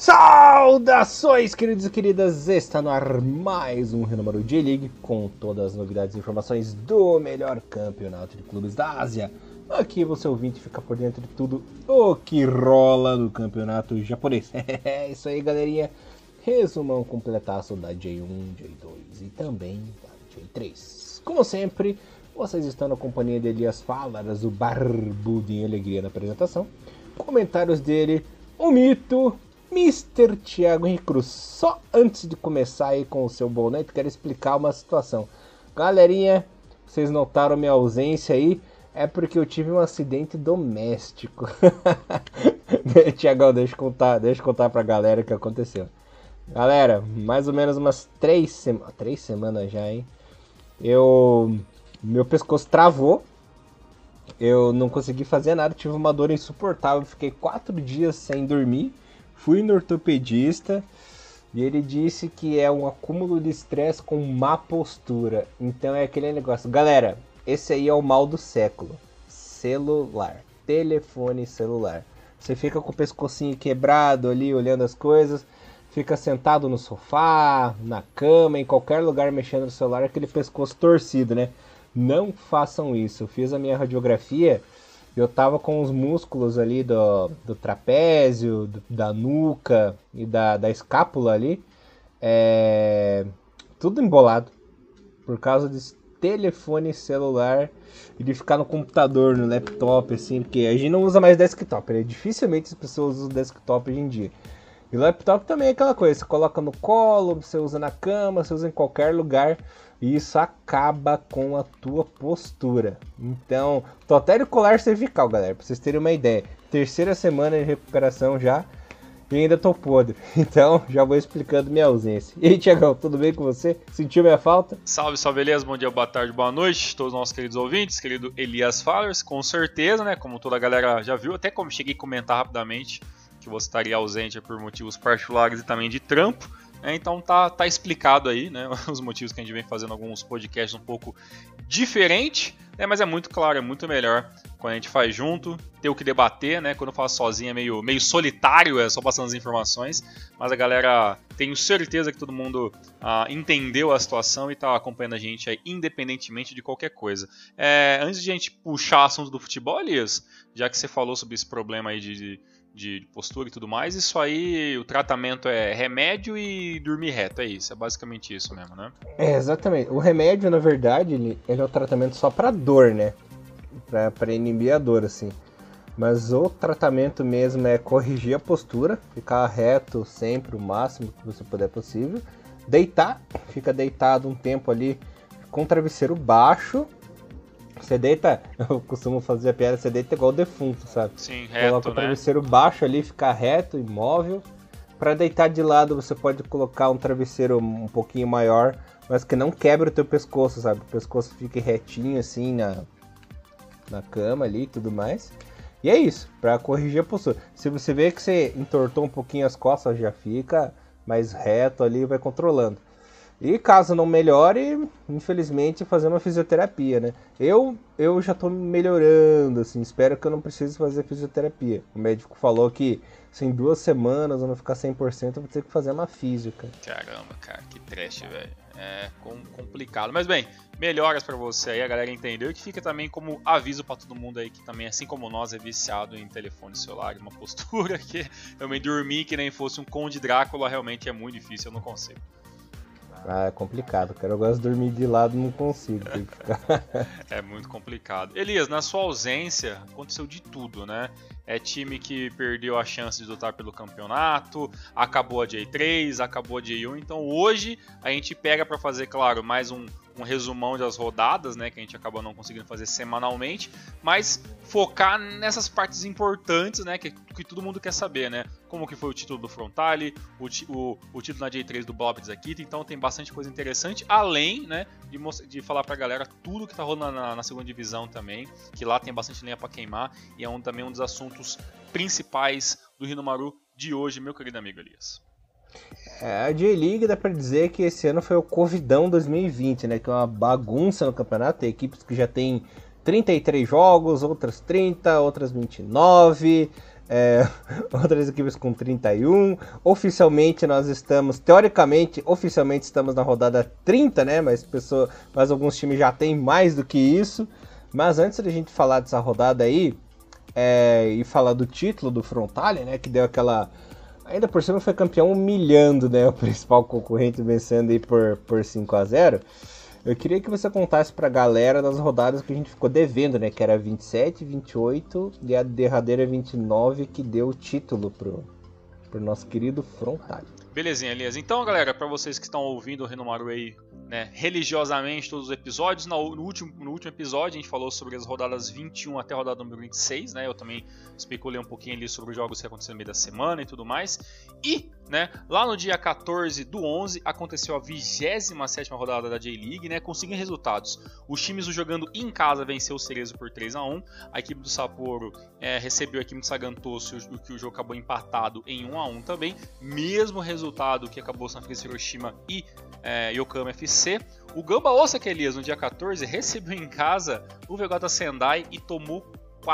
Saudações, queridos e queridas! Está no ar mais um Renomaru J-League com todas as novidades e informações do melhor campeonato de clubes da Ásia. Aqui você ouvinte fica por dentro de tudo o que rola no campeonato japonês. É isso aí, galerinha. Resumão completaço da J1, J2 e também da J3. Como sempre, vocês estão na companhia de Elias Falas, o barbudinho alegria na apresentação. Comentários dele, o mito, Mr. Thiago Henrique Cruz. Só antes de começar aí com o seu boné, quero explicar uma situação. Galerinha, vocês notaram minha ausência aí? É porque eu tive um acidente doméstico. Thiagão, deixa eu contar pra galera o que aconteceu. Galera, mais ou menos umas 3 semanas já, hein? Meu pescoço travou. Eu não consegui fazer nada, tive uma dor insuportável. Fiquei 4 dias sem dormir. Fui no ortopedista e ele disse que é um acúmulo de estresse com má postura. Então é aquele negócio. Galera, esse aí é o mal do século. Celular. Telefone celular. Você fica com o pescocinho quebrado ali, olhando as coisas. Fica sentado no sofá, na cama, em qualquer lugar mexendo no celular. Aquele pescoço torcido, né? Não façam isso. Eu fiz a minha radiografia. Eu tava com os músculos ali do trapézio, da nuca e da escápula ali. Tudo embolado. Por causa desse telefone celular e de ficar no computador, no laptop, assim. Porque a gente não usa mais desktop, né? Dificilmente as pessoas usam desktop hoje em dia. E o laptop também é aquela coisa. Você coloca no colo, você usa na cama, você usa em qualquer lugar. E isso acaba com a tua postura. Então, tô até de colar cervical, galera, pra vocês terem uma ideia. 3ª semana de recuperação já e ainda tô podre. Então, já vou explicando minha ausência. E aí, Thiagão, tudo bem com você? Sentiu minha falta? Salve, salve, Elias. Bom dia, boa tarde, boa noite. Todos os nossos queridos ouvintes, querido Elias Fallers. Com certeza, né, como toda a galera já viu, até como cheguei a comentar rapidamente que você estaria ausente por motivos particulares e também de trampo. Então tá explicado aí, né, os motivos que a gente vem fazendo alguns podcasts um pouco diferente, né, mas é muito claro, é muito melhor quando a gente faz junto, ter o que debater, né, quando eu faço sozinho é meio solitário, é só passando as informações, mas a galera, tenho certeza que todo mundo entendeu a situação e tá acompanhando a gente aí, independentemente de qualquer coisa. Antes de a gente puxar assunto do futebol, Elias, já que você falou sobre esse problema aí de postura e tudo mais, isso aí, o tratamento é remédio e dormir reto, é isso, é basicamente isso mesmo, né? Exatamente. O remédio, na verdade, ele é um tratamento só pra dor, né? Pra inibir a dor, assim. Mas o tratamento mesmo é corrigir a postura, ficar reto sempre, o máximo que você puder possível. Deitar, fica deitado um tempo ali com o travesseiro baixo. Você deita, eu costumo fazer a piada, você deita igual o defunto, sabe? Sim, reto, coloca o travesseiro baixo ali, ficar reto, imóvel. Para deitar de lado, você pode colocar um travesseiro um pouquinho maior, mas que não quebre o teu pescoço, sabe? O pescoço fique retinho assim na cama ali e tudo mais. E é isso, para corrigir a postura. Se você vê que você entortou um pouquinho as costas, já fica mais reto ali e vai controlando. E caso não melhore, infelizmente, fazer uma fisioterapia, né? Eu já tô melhorando, assim, espero que eu não precise fazer fisioterapia. O médico falou que se em 2 semanas eu não ficar 100%, eu vou ter que fazer uma física. Caramba, cara, que trash, velho. É complicado. Mas bem, melhoras pra você aí, a galera entendeu. E que fica também como aviso pra todo mundo aí que também, assim como nós, é viciado em telefone celular, uma postura que eu me dormi que nem fosse um Conde Drácula, realmente é muito difícil, eu não consigo. É complicado, cara. Eu gosto de dormir de lado, não consigo. Tem que ficar... É muito complicado. Elias, na sua ausência, aconteceu de tudo, né? É time que perdeu a chance de lutar pelo campeonato, acabou a J3, acabou a J1. Então hoje a gente pega para fazer, claro, mais um resumão das rodadas, né, que a gente acaba não conseguindo fazer semanalmente, mas focar nessas partes importantes, né, que todo mundo quer saber, né, como que foi o título do Frontale, o título na J3 do Bob Zakita. Então tem bastante coisa interessante, além, né, de falar pra galera tudo que tá rolando na segunda divisão também, que lá tem bastante lenha pra queimar, e é também um dos assuntos principais do Rinomaru de hoje, meu querido amigo Elias. A J-League dá pra dizer que esse ano foi o Covidão 2020, né? Que é uma bagunça no campeonato. Tem equipes que já tem 33 jogos, outras 30, outras 29. Outras equipes com 31. Oficialmente nós estamos, teoricamente, estamos na rodada 30, né? Mas alguns times já têm mais do que isso. Mas antes da gente falar dessa rodada aí, e falar do título do Frontale, né? Que deu aquela... Ainda por cima foi campeão humilhando, né? O principal concorrente, vencendo aí por 5-0. Eu queria que você contasse pra galera das rodadas que a gente ficou devendo, né? Que era 27, 28 e a derradeira 29, que deu o título pro nosso querido Frontale. Belezinha, Elias. Então, galera, para vocês que estão ouvindo o Renomaru aí, né, religiosamente todos os episódios, no último episódio a gente falou sobre as rodadas 21 até a rodada número 26, né? Eu também especulei um pouquinho ali sobre os jogos que aconteceram no meio da semana e tudo mais. E, né, lá no dia 14 do 11 aconteceu a 27ª rodada da J-League, né, com os seguintes resultados. Os times jogando em casa venceu o Cerezo por 3-1. A equipe do Sapporo recebeu a equipe do Sagantoso, que o jogo acabou empatado em 1-1 também. Mesmo resultado que acabou San Francisco Hiroshima e Yokohama FC. O Gamba Osaka, Elias, no dia 14, recebeu em casa o Vegeta Sendai e tomou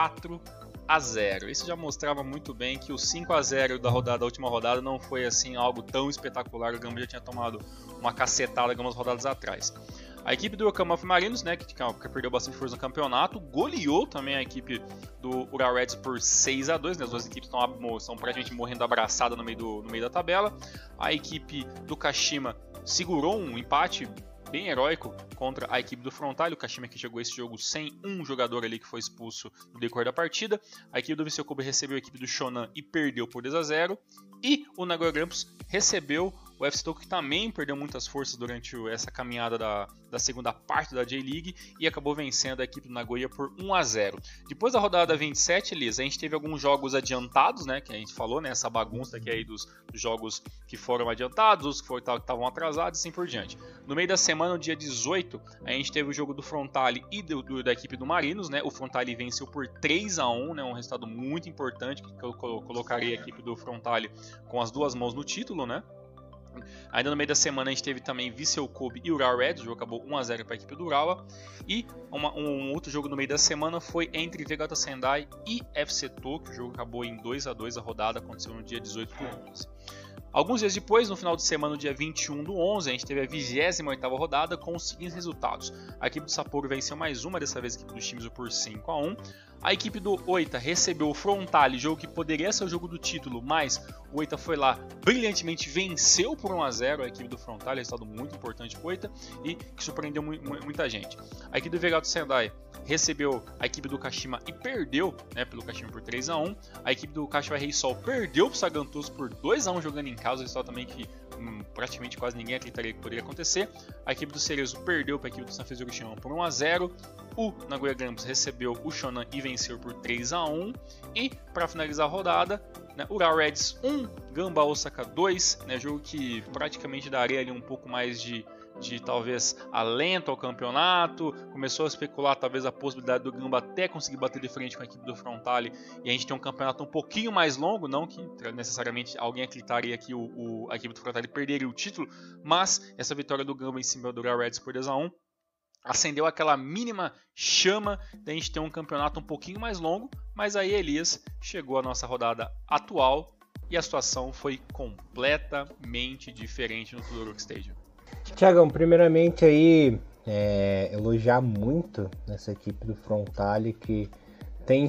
4-0. Isso já mostrava muito bem que o 5-0 da última rodada não foi assim algo tão espetacular. O Gamba já tinha tomado uma cacetada algumas rodadas atrás. A equipe do Yokohama Marinos, né, que perdeu bastante força no campeonato, goleou também a equipe do Ural Reds por 6-2, né, as duas equipes estão praticamente morrendo abraçadas no meio da tabela. A equipe do Kashima segurou um empate bem heróico contra a equipe do Frontale. O Kashima que jogou esse jogo sem um jogador ali que foi expulso no decorrer da partida. A equipe do Viseu Kobe recebeu a equipe do Shonan e perdeu por 2-0. E o Nagoya Grampus recebeu o FC Tokyo, que também perdeu muitas forças durante essa caminhada da segunda parte da J-League e acabou vencendo a equipe do Nagoya por 1-0. Depois da rodada 27, Liz, a gente teve alguns jogos adiantados, né, que a gente falou, né, essa bagunça aqui aí dos jogos que foram adiantados, os que estavam atrasados e assim por diante. No meio da semana, no dia 18, a gente teve o jogo do Frontale e da equipe do Marinos, né, o Frontale venceu por 3-1, né, um resultado muito importante, que eu colocaria a equipe do Frontale com as duas mãos no título, né. Ainda no meio da semana a gente teve também Viseu Kobe e Ural Red, o jogo acabou 1-0 para a equipe do Urawa. E um outro jogo no meio da semana foi entre Vegeta Sendai e FC Tokyo, o jogo acabou em 2-2, a rodada aconteceu no dia 18 do 11. Alguns dias depois, no final de semana, no dia 21 do 11, a gente teve a 28ª rodada com os seguintes resultados. A equipe do Sapporo venceu mais uma, dessa vez a equipe do Shimizu por 5-1. A equipe do Oita recebeu o Frontale, jogo que poderia ser o jogo do título, mas o Oita foi lá, brilhantemente venceu por 1-0 a equipe do Frontale, resultado muito importante para o Oita e que surpreendeu muita gente. A equipe do Vegeta Sendai recebeu a equipe do Kashima e perdeu, né, pelo Kashima por 3-1. A equipe do Kashiwa Reysol perdeu para o Sagantoso por 2-1 jogando em casa, resultado também que praticamente quase ninguém acreditaria que poderia acontecer. A equipe do Cerezo perdeu para a equipe do San Francisco Hiroshima por 1-0. O Nagoya Grampus recebeu o Shonan e venceu por 3-1. E para finalizar a rodada, né, Ural Reds 1, Gamba Osaka 2, né, jogo que praticamente daria ali um pouco mais de talvez alento ao campeonato. Começou a especular talvez a possibilidade do Gamba até conseguir bater de frente com a equipe do Frontale e a gente tem um campeonato um pouquinho mais longo, não que necessariamente alguém acreditaria que a equipe do Frontale perderia o título, mas essa vitória do Gamba em cima do Ural Reds por 2-1 acendeu aquela mínima chama da gente ter um campeonato um pouquinho mais longo, mas aí, Elias, chegou a nossa rodada atual e a situação foi completamente diferente no Full Rock Stadium. Thiagão, primeiramente aí elogiar muito essa equipe do Frontale, que tem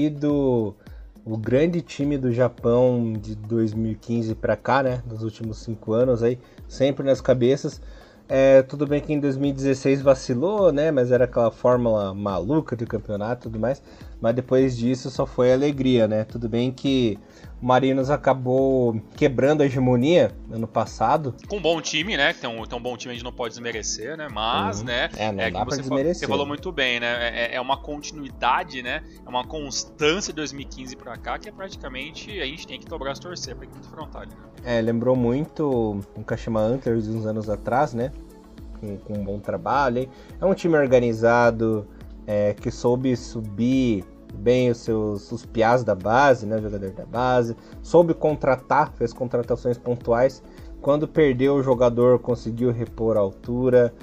sido o grande time do Japão de 2015 para cá, né, dos últimos 5 anos aí, sempre nas cabeças. Tudo bem que em 2016 vacilou, né, mas era aquela fórmula maluca do campeonato e tudo mais, mas depois disso só foi alegria, né. Tudo bem que o Marinos acabou quebrando a hegemonia ano passado. Com um bom time, né, tem um bom time, a gente não pode desmerecer, né, mas, né, não dá pra desmerecer. Você falou muito bem, né, é uma continuidade, né, é uma constância de 2015 pra cá que é praticamente, a gente tem que dobrar as torcer pra equipe do Frontale, né. Lembrou muito o Kashima Antlers de uns anos atrás, né, com um bom trabalho, hein? É um time organizado, que soube subir bem os piás da base, né, jogador da base, soube contratar, fez contratações pontuais, quando perdeu o jogador conseguiu repor a altura,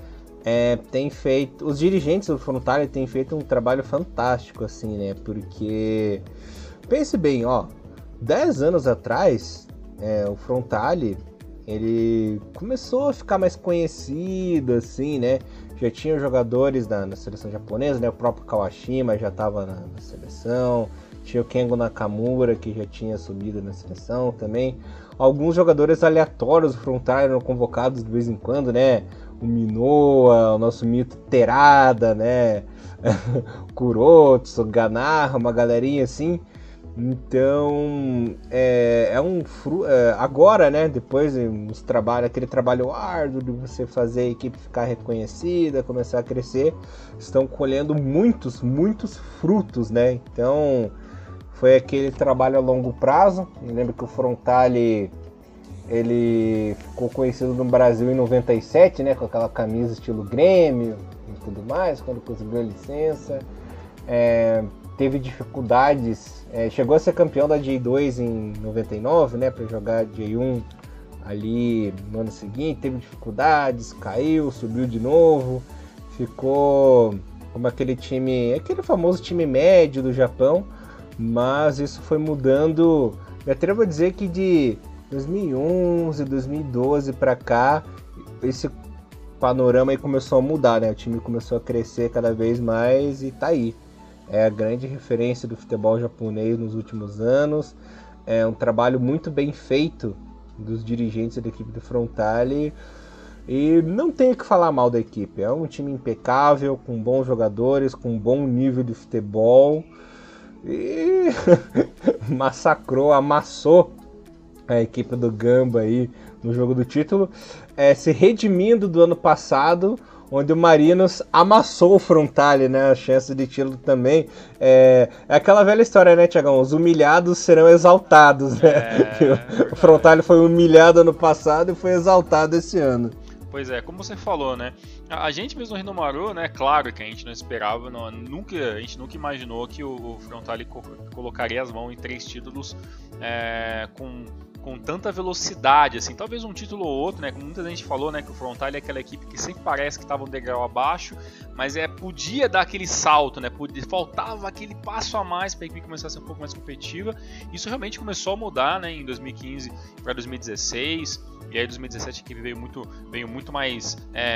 os dirigentes do Frontale têm feito um trabalho fantástico, assim, né, porque, pense bem, ó, 10 anos atrás, o Frontale, ele começou a ficar mais conhecido, assim, né? Já tinha jogadores na seleção japonesa, né? O próprio Kawashima já estava na seleção, tinha o Kengo Nakamura, que já tinha subido na seleção também. Alguns jogadores aleatórios do Frontale eram convocados de vez em quando, né? O Minoa, o nosso mito Terada, né? Kurotsu, Ganarra, uma galerinha assim. Então, agora, né, depois aquele trabalho árduo de você fazer a equipe ficar reconhecida, começar a crescer, estão colhendo muitos frutos, né? Então, foi aquele trabalho a longo prazo. Eu lembro que o Frontale, ele ficou conhecido no Brasil em 97, né, com aquela camisa estilo Grêmio e tudo mais, quando conseguiu a licença. Teve dificuldades, chegou a ser campeão da J2 em 99, né, para jogar J1 ali no ano seguinte, teve dificuldades, caiu, subiu de novo, ficou como aquele famoso time médio do Japão, mas isso foi mudando. Me atrevo a dizer que de 2011, 2012 para cá, esse panorama aí começou a mudar, né, o time começou a crescer cada vez mais e tá aí. É a grande referência do futebol japonês nos últimos anos. É um trabalho muito bem feito dos dirigentes da equipe do Frontale. E não tenho que falar mal da equipe. É um time impecável, com bons jogadores, com bom nível de futebol. E amassou a equipe do Gamba aí no jogo do título. Se redimindo do ano passado, onde o Marinos amassou o Frontale, né? A chance de título também. É aquela velha história, né, Thiagão? Os humilhados serão exaltados, né? O Frontale foi humilhado ano passado e foi exaltado esse ano. Pois é, como você falou, né? A gente mesmo no Hinomaru, né? Claro que a gente não esperava, a gente nunca imaginou que o Frontale colocaria as mãos em 3 títulos com tanta velocidade, assim, talvez um título ou outro, né, como muita gente falou, né, que o Frontale é aquela equipe que sempre parece que estava um degrau abaixo, mas podia dar aquele salto, né, faltava aquele passo a mais para a equipe começar a ser um pouco mais competitiva. Isso realmente começou a mudar, né, em 2015 para 2016, e aí em 2017 a equipe veio muito mais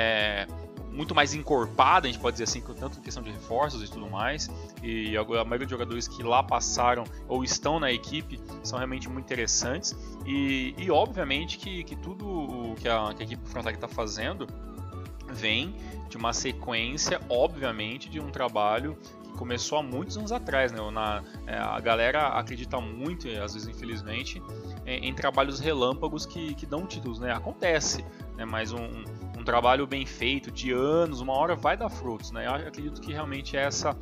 encorpada, a gente pode dizer assim, tanto em questão de reforços e tudo mais, e a maioria dos jogadores que lá passaram ou estão na equipe são realmente muito interessantes, e obviamente que tudo o que a equipe do Frontale está fazendo vem de uma sequência, obviamente, de um trabalho que começou há muitos anos atrás, né? A galera acredita muito, às vezes infelizmente, em trabalhos relâmpagos que dão títulos, né? Acontece, né? Mas um trabalho bem feito, de anos, uma hora vai dar frutos, né? Eu acredito que realmente essa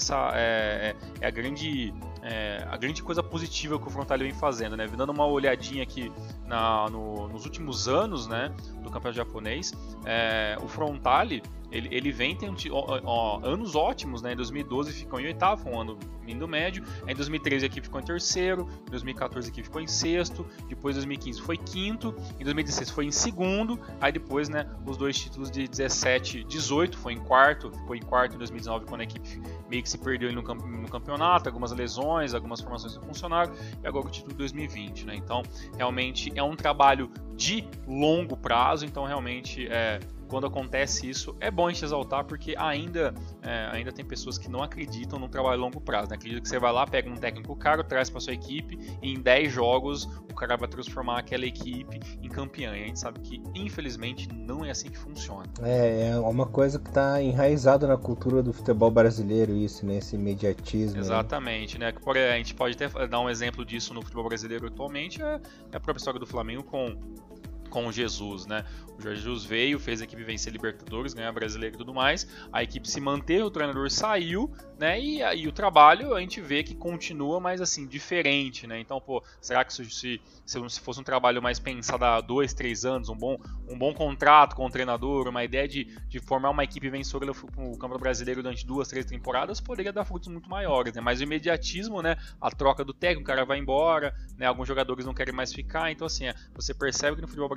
é a grande coisa positiva que o Frontale vem fazendo, né? Dando uma olhadinha aqui nos últimos anos, né, do campeonato japonês, o Frontale ele vem tem anos ótimos, né? Em 2012 ficou em oitavo, um ano indo médio. Em 2013 a equipe ficou em terceiro, em 2014 a equipe ficou em sexto, depois em 2015 foi quinto, em 2016 foi em segundo, aí depois, né, os 2 títulos de 17 e 18 ficou em quarto em 2019, quando a equipe meio que se perdeu no campeonato, algumas lesões, algumas formações não funcionaram, e agora o título de 2020, né? Então realmente é um trabalho de longo prazo, então realmente quando acontece isso, é bom a gente exaltar, porque ainda tem pessoas que não acreditam num trabalho a longo prazo, né? Acredito que você vai lá, pega um técnico caro, traz para sua equipe, e em 10 jogos o cara vai transformar aquela equipe em campeã. E a gente sabe que, infelizmente, não é assim que funciona. É uma coisa que está enraizada na cultura do futebol brasileiro, isso, né? Esse imediatismo. Exatamente, né? A gente pode até dar um exemplo disso no futebol brasileiro atualmente, é a própria história do Flamengo com o Jesus, né? O Jorge Jesus veio, fez a equipe vencer Libertadores, ganhar Brasileiro e tudo mais. A equipe se manteve, o treinador saiu, né? E o trabalho a gente vê que continua, mas assim, diferente, né? Então, será que se fosse um trabalho mais pensado há 2, 3 anos, um bom contrato com o treinador, uma ideia de formar uma equipe vencedora no Campeonato Brasileiro durante 2, 3 temporadas, poderia dar frutos muito maiores, né? Mas o imediatismo, né? A troca do técnico, o cara vai embora, né? Alguns jogadores não querem mais ficar, então assim, você percebe que no futebol brasileiro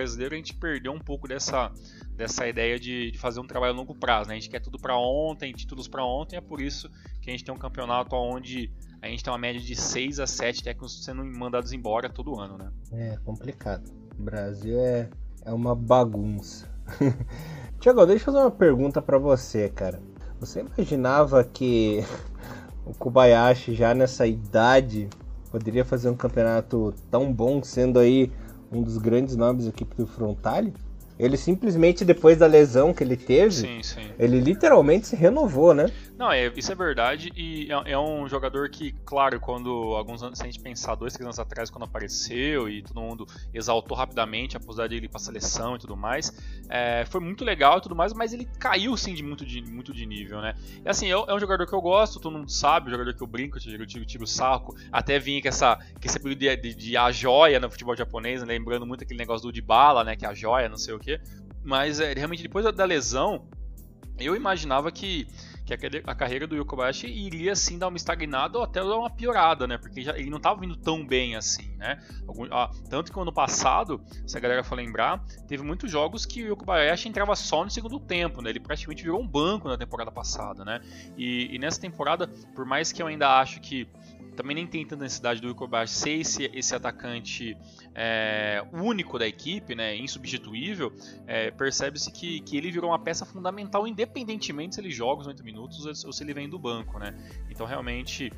brasileiro a gente perdeu um pouco dessa ideia de fazer um trabalho a longo prazo, né? A gente quer tudo para ontem, títulos para ontem, é por isso que a gente tem um campeonato onde a gente tem uma média de 6 a 7 técnicos sendo mandados embora todo ano, né? É complicado. O Brasil é uma bagunça. Thiago, deixa eu fazer uma pergunta para você, cara. Você imaginava que o Kobayashi já nessa idade poderia fazer um campeonato tão bom, sendo aí um dos grandes nomes da equipe do Frontale? Ele simplesmente, depois da lesão que ele teve, sim. ele literalmente se renovou, né? Não, isso é verdade, e é um jogador que, claro, quando alguns anos, se a gente pensar 2, 3 anos atrás, quando apareceu e todo mundo exaltou rapidamente a possibilidade dele ir pra seleção e tudo mais, foi muito legal e tudo mais, mas ele caiu sim muito de nível, né? E assim, é um jogador que eu gosto, todo mundo sabe, um jogador que eu brinco, eu tiro o saco, até vim com esse apelido de a joia no futebol japonês, né? Lembrando muito aquele negócio do Dybala, né, que é a joia, não sei o que, mas realmente depois da lesão, eu imaginava que a carreira do Yu Kobayashi iria sim dar uma estagnada ou até dar uma piorada, né? Porque ele não estava vindo tão bem assim, né? Tanto que no ano passado, se a galera for lembrar, teve muitos jogos que o Yu Kobayashi entrava só no segundo tempo, né? Ele praticamente virou um banco na temporada passada, né? E nessa temporada, por mais que eu ainda acho que também nem tem tanta necessidade do Yu Kobayashi ser esse atacante único da equipe, né, insubstituível, percebe-se que ele virou uma peça fundamental, independentemente se ele joga os 90 minutos ou se ele vem do banco, né? Então realmente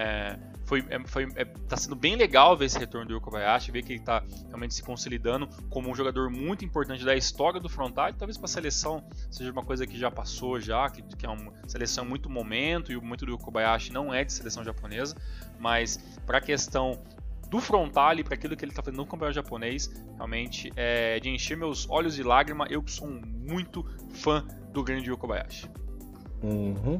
tá sendo bem legal ver esse retorno do Yu Kobayashi, ver que ele está realmente se consolidando como um jogador muito importante da história do Frontale. Talvez para a seleção seja uma coisa que já passou que é uma seleção muito momento, e o momento do Yu Kobayashi não é de seleção japonesa, mas para a questão do Frontale, para aquilo que ele está fazendo no campeonato japonês, realmente é de encher meus olhos de lágrima. Eu que sou muito fã do grande Yu Kobayashi. Uhum.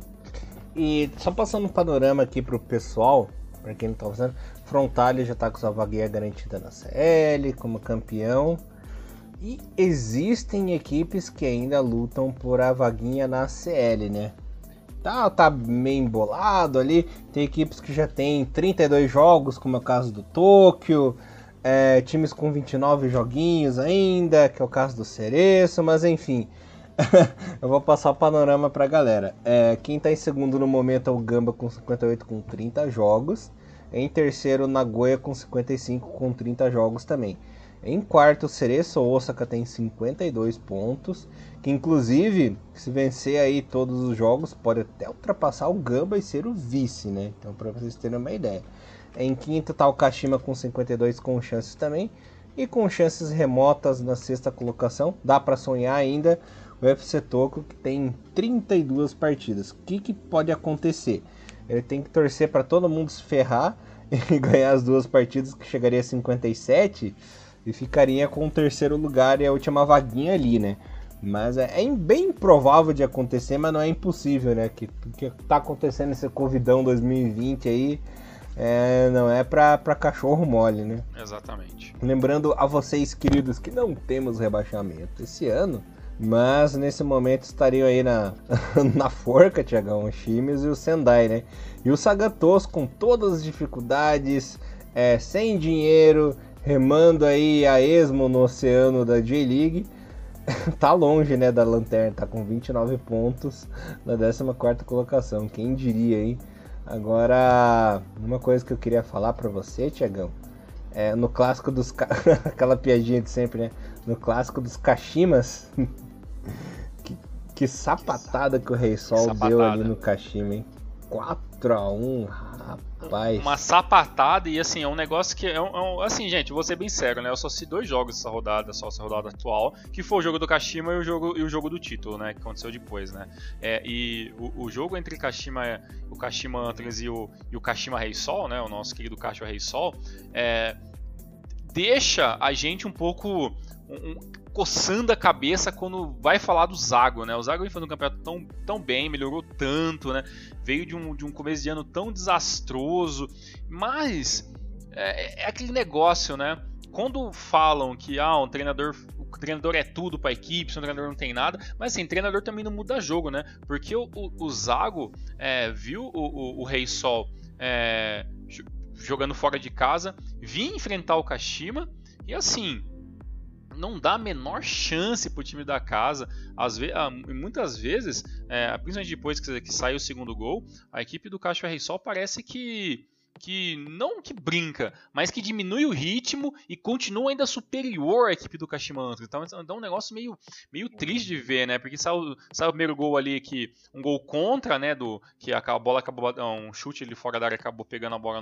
E só passando um panorama aqui pro pessoal, para quem não tá fazendo, Frontale já tá com sua vaguinha garantida na CL, como campeão. E existem equipes que ainda lutam por a vaguinha na CL, né? Tá meio embolado ali. Tem equipes que já tem 32 jogos, como é o caso do Tóquio. Times com 29 joguinhos ainda, que é o caso do Cereço, mas enfim. Eu vou passar o panorama pra galera. Quem tá em segundo no momento é o Gamba com 58 com 30 jogos. Em terceiro, Nagoya com 55 com 30 jogos também. Em quarto, Cereço Osaka tem 52 pontos, que inclusive, se vencer aí todos os jogos, pode até ultrapassar o Gamba e ser o vice, né? Então, para vocês terem uma ideia. Em quinto tá o Kashima com 52 com chances também, e com chances remotas na sexta colocação. Dá para sonhar ainda o FC Tóquio, que tem 32 partidas. O que pode acontecer? Ele tem que torcer para todo mundo se ferrar e ganhar as duas partidas, que chegaria a 57, e ficaria com o terceiro lugar e a última vaguinha ali, né? Mas é bem improvável de acontecer, mas não é impossível, né? Que tá acontecendo esse Covidão 2020 aí, não é pra cachorro mole, né? Exatamente. Lembrando a vocês, queridos, que não temos rebaixamento esse ano, mas nesse momento estariam aí na forca, Thiagão, os Chimes e o Sendai, né? E o Sagatos, com todas as dificuldades, sem dinheiro, remando aí a esmo no oceano da J-League, tá longe, né, da lanterna, tá com 29 pontos na 14ª colocação, quem diria, hein? Agora, uma coisa que eu queria falar pra você, Thiagão, no clássico dos... aquela piadinha de sempre, né? No clássico dos Kashimas, que sapatada que o Rei Sol deu ali no Kashima, hein? 4-1, rapaz. Uma sapatada, e assim, é um negócio que assim, gente, vou ser bem sério, né? Eu só assisti 2 jogos essa rodada atual, que foi o jogo do Kashima e o jogo do título, né? Que aconteceu depois, né? E o jogo entre o Kashima Antlers e o Kashima Rei Sol, né? O nosso querido Kashima Rei Sol, deixa a gente um pouco coçando a cabeça quando vai falar do Zago, né? O Zago vem fazendo um campeonato tão bem, melhorou tanto, né? Veio de um começo de ano tão desastroso, mas é aquele negócio, né? Quando falam que o treinador é tudo para a equipe, se o treinador não tem nada, mas assim, treinador também não muda jogo, né? Porque o Zago viu o Rei Sol jogando fora de casa, vinha enfrentar o Kashima e assim, não dá a menor chance pro time da casa. Muitas vezes, principalmente depois que saiu o segundo gol, a equipe do Cacho Ferreira parece que não que brinca, mas que diminui o ritmo e continua ainda superior à equipe do Kashima Antlers. Então é um negócio meio triste de ver, né? Porque sai o primeiro gol ali, um gol contra, né? Que a bola acabou, um chute ali fora da área, acabou pegando a bola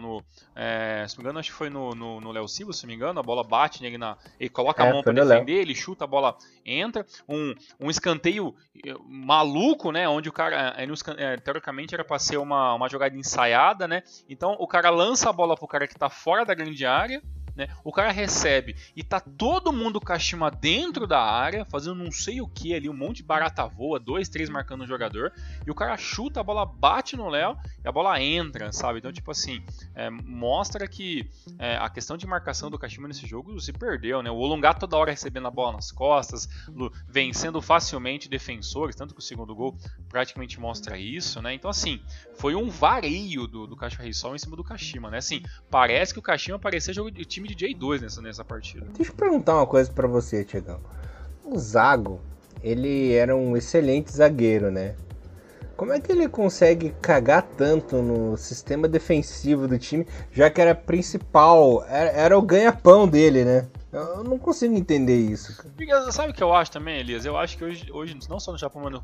se não me engano, acho que foi no Léo Silva, se não me engano, a bola bate nele, ele coloca a mão para defender, ele chuta, a bola entra, um escanteio maluco, né? Onde o cara, teoricamente era para ser uma jogada ensaiada, né? Então o cara lança a bola pro cara que tá fora da grande área, né? O cara recebe e tá todo mundo Kashima dentro da área, fazendo não sei o que ali, um monte de barata voa, 2, 3 marcando o jogador, e o cara chuta, a bola bate no Léo e a bola entra, sabe? Então, tipo assim, mostra que a questão de marcação do Kashima nesse jogo se perdeu, né? O Olungá toda hora recebendo a bola nas costas, vencendo facilmente defensores, tanto que o segundo gol praticamente mostra isso, né? Então, assim, foi um vareio do Cacho Reisol em cima do Kashima, né? Assim, parece que o Kashima parecia jogo de time de J2 nessa partida. Deixa eu perguntar uma coisa pra você, Tiagão. O Zago, ele era um excelente zagueiro, né? Como é que ele consegue cagar tanto no sistema defensivo do time, já que era principal, era o ganha-pão dele, né? Eu não consigo entender isso. Sabe o que eu acho também, Elias? Eu acho que hoje não só no Japão, mas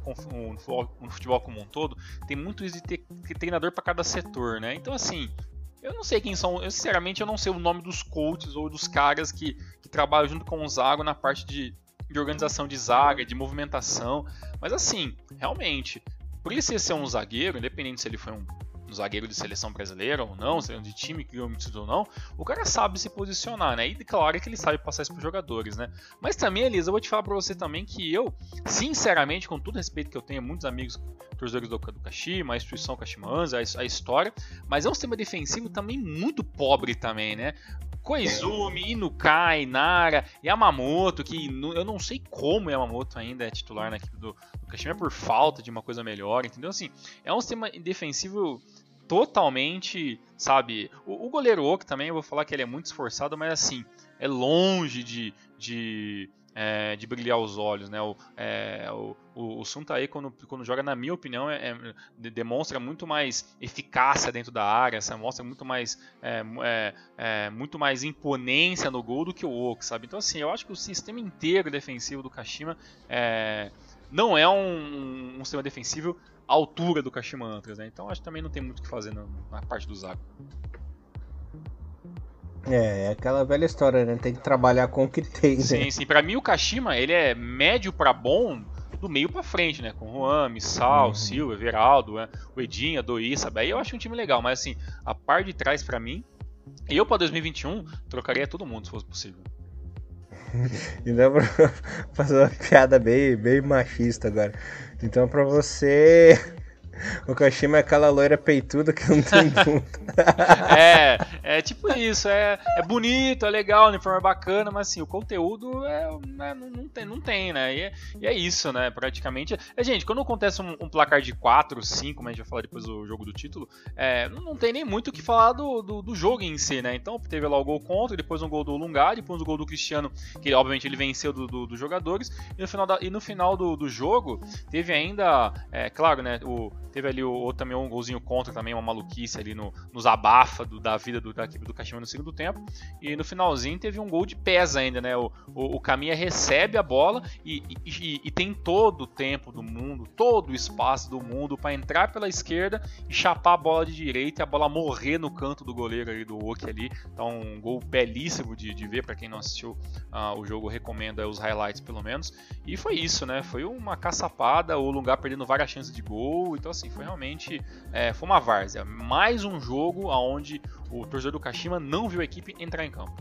no futebol como um todo, tem muito isso de ter treinador para cada setor, né? Então, assim, eu não sei quem são, sinceramente eu não sei o nome dos coaches ou dos caras que trabalham junto com o Zago na parte de organização de zaga, de movimentação, mas assim, realmente, por ele ser um zagueiro, independente se ele foi um zagueiro de seleção brasileira ou não, se ele é de time que ganhou ou não, o cara sabe se posicionar, né? E claro que ele sabe passar isso para os jogadores, né? Mas também, Elisa, eu vou te falar para você também que eu, sinceramente, com todo respeito que eu tenho, muitos amigos torcedores do Kashima, a instituição Kashima Antlers, a história, mas é um sistema defensivo também muito pobre também, né? Koizumi, Inukai, Nara, Yamamoto, que eu não sei como Yamamoto ainda é titular na equipe do Kashima por falta de uma coisa melhor, entendeu? Assim, é um sistema defensivo totalmente, sabe, o goleiro Oki também, eu vou falar que ele é muito esforçado, mas assim, é longe de brilhar os olhos, né? O Suntae, quando joga, na minha opinião, demonstra muito mais eficácia dentro da área, mostra muito mais imponência no gol do que o Oki, sabe? Então, assim, eu acho que o sistema inteiro defensivo do Kashima não é um sistema defensivo à altura do Kashima Antlers, né? Então, acho que também não tem muito o que fazer na parte do Zago. É aquela velha história, né? Tem que trabalhar com o que tem, né? Sim. Pra mim, o Kashima, ele é médio pra bom do meio pra frente, né? Com Juan, Missal, Silva, Everaldo, o Edinho, a Doi, sabe? Aí eu acho um time legal, mas assim, a parte de trás pra mim, eu pra 2021 trocaria todo mundo se fosse possível. E dá pra fazer uma piada bem machista agora. Então, pra você, o Kashima é aquela loira peituda que não tem bunda. É tipo isso, é bonito, é legal, o uniforme é bacana, mas assim, o conteúdo não tem, né? E é isso, né? Praticamente. Gente, quando acontece um placar de 4, 5, como a gente vai falar depois do jogo do título, não tem nem muito o que falar do jogo em si, né? Então teve lá o gol contra, depois um gol do Lungar, depois um gol do Cristiano, que obviamente ele venceu dos jogadores, e no final do jogo teve ainda, claro, né? Teve ali também um golzinho contra, também uma maluquice ali nos abafa da vida da equipe do Kashima no segundo tempo. E no finalzinho teve um gol de pés ainda, né? O Kamiya recebe a bola e tem todo o tempo do mundo, todo o espaço do mundo para entrar pela esquerda e chapar a bola de direita e a bola morrer no canto do goleiro ali, do Oki ali. Então um gol belíssimo de ver, para quem não assistiu o jogo, recomendo os highlights pelo menos. E foi isso, né? Foi uma caçapada, o Lungar perdendo várias chances de gol. Então assim, foi realmente foi uma várzea. Mais um jogo onde o torcedor do Kashima não viu a equipe entrar em campo.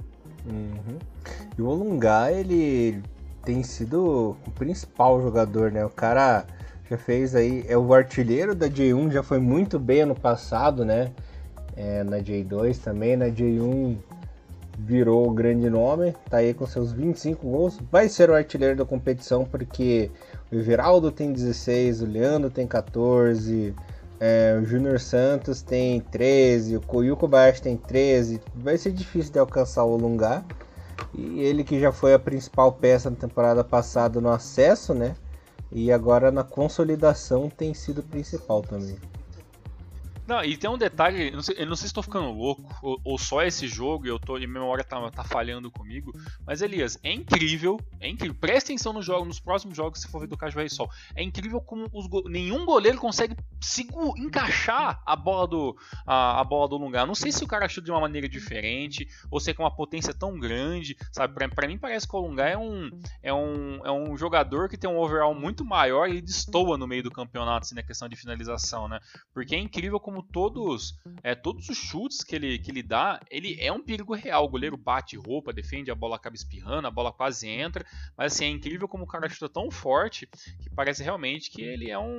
E o Olungá, ele tem sido o principal jogador, né? O cara já fez aí, é o artilheiro da J1, já foi muito bem ano passado, né? Na J2 também, na J1 virou o grande nome, tá aí com seus 25 gols, vai ser o artilheiro da competição, porque o Everaldo tem 16, o Leandro tem 14, o Júnior Santos tem 13, o Koyu Kobayashi tem 13, vai ser difícil de alcançar o Olungá, E ele que já foi a principal peça na temporada passada no acesso, né? E agora na consolidação tem sido principal também. Não, e tem um detalhe, eu não sei se estou ficando louco, ou só esse jogo e minha memória tá falhando comigo, mas Elias, é incrível, presta atenção nos próximos jogos, se for ver do Caju Rei Sol, é incrível como nenhum goleiro consegue encaixar a bola do lugar. Não sei se o cara chuta de uma maneira diferente, ou se é com uma potência tão grande, sabe? Pra mim parece que o Olunga é um jogador que tem um overall muito maior e ele destoa no meio do campeonato, assim, na questão de finalização, né? Porque é incrível como todos os chutes que ele dá, ele é um perigo real. O goleiro bate roupa, defende, a bola acaba espirrando, a bola quase entra. Mas assim, é incrível como o cara chuta tão forte que parece realmente que ele é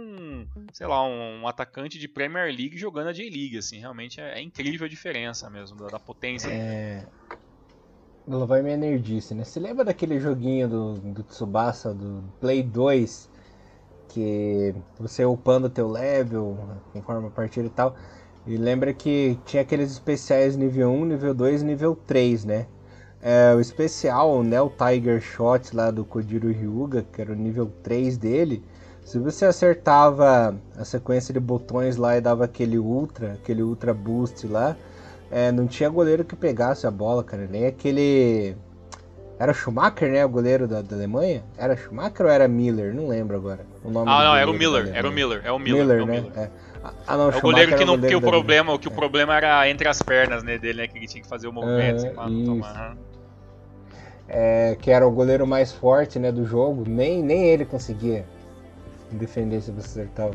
um atacante de Premier League jogando a J-League. Assim, realmente é incrível a diferença mesmo da potência. Ela vai me energice, né? Você lembra daquele joguinho do Tsubasa, do Play 2? Que você upando teu level conforme a partida e tal. E lembra que tinha aqueles especiais nível 1, nível 2 e nível 3, né? O especial, o Neo Tiger Shot lá do Kojiro Hyuga, que era o nível 3 dele, se você acertava a sequência de botões lá e dava aquele ultra boost lá, não tinha goleiro que pegasse a bola, cara, nem aquele... Era o Schumacher, né? O goleiro da Alemanha? Era Schumacher ou era Miller? Não lembro agora. O nome não, era o Miller. É o Miller, né? Não, o goleiro que não. Porque o problema era entre as pernas, né, dele, né? Que ele tinha que fazer o movimento, assim, pra não tomar. Que era o goleiro mais forte, né, do jogo. Nem ele conseguia defender se você acertava.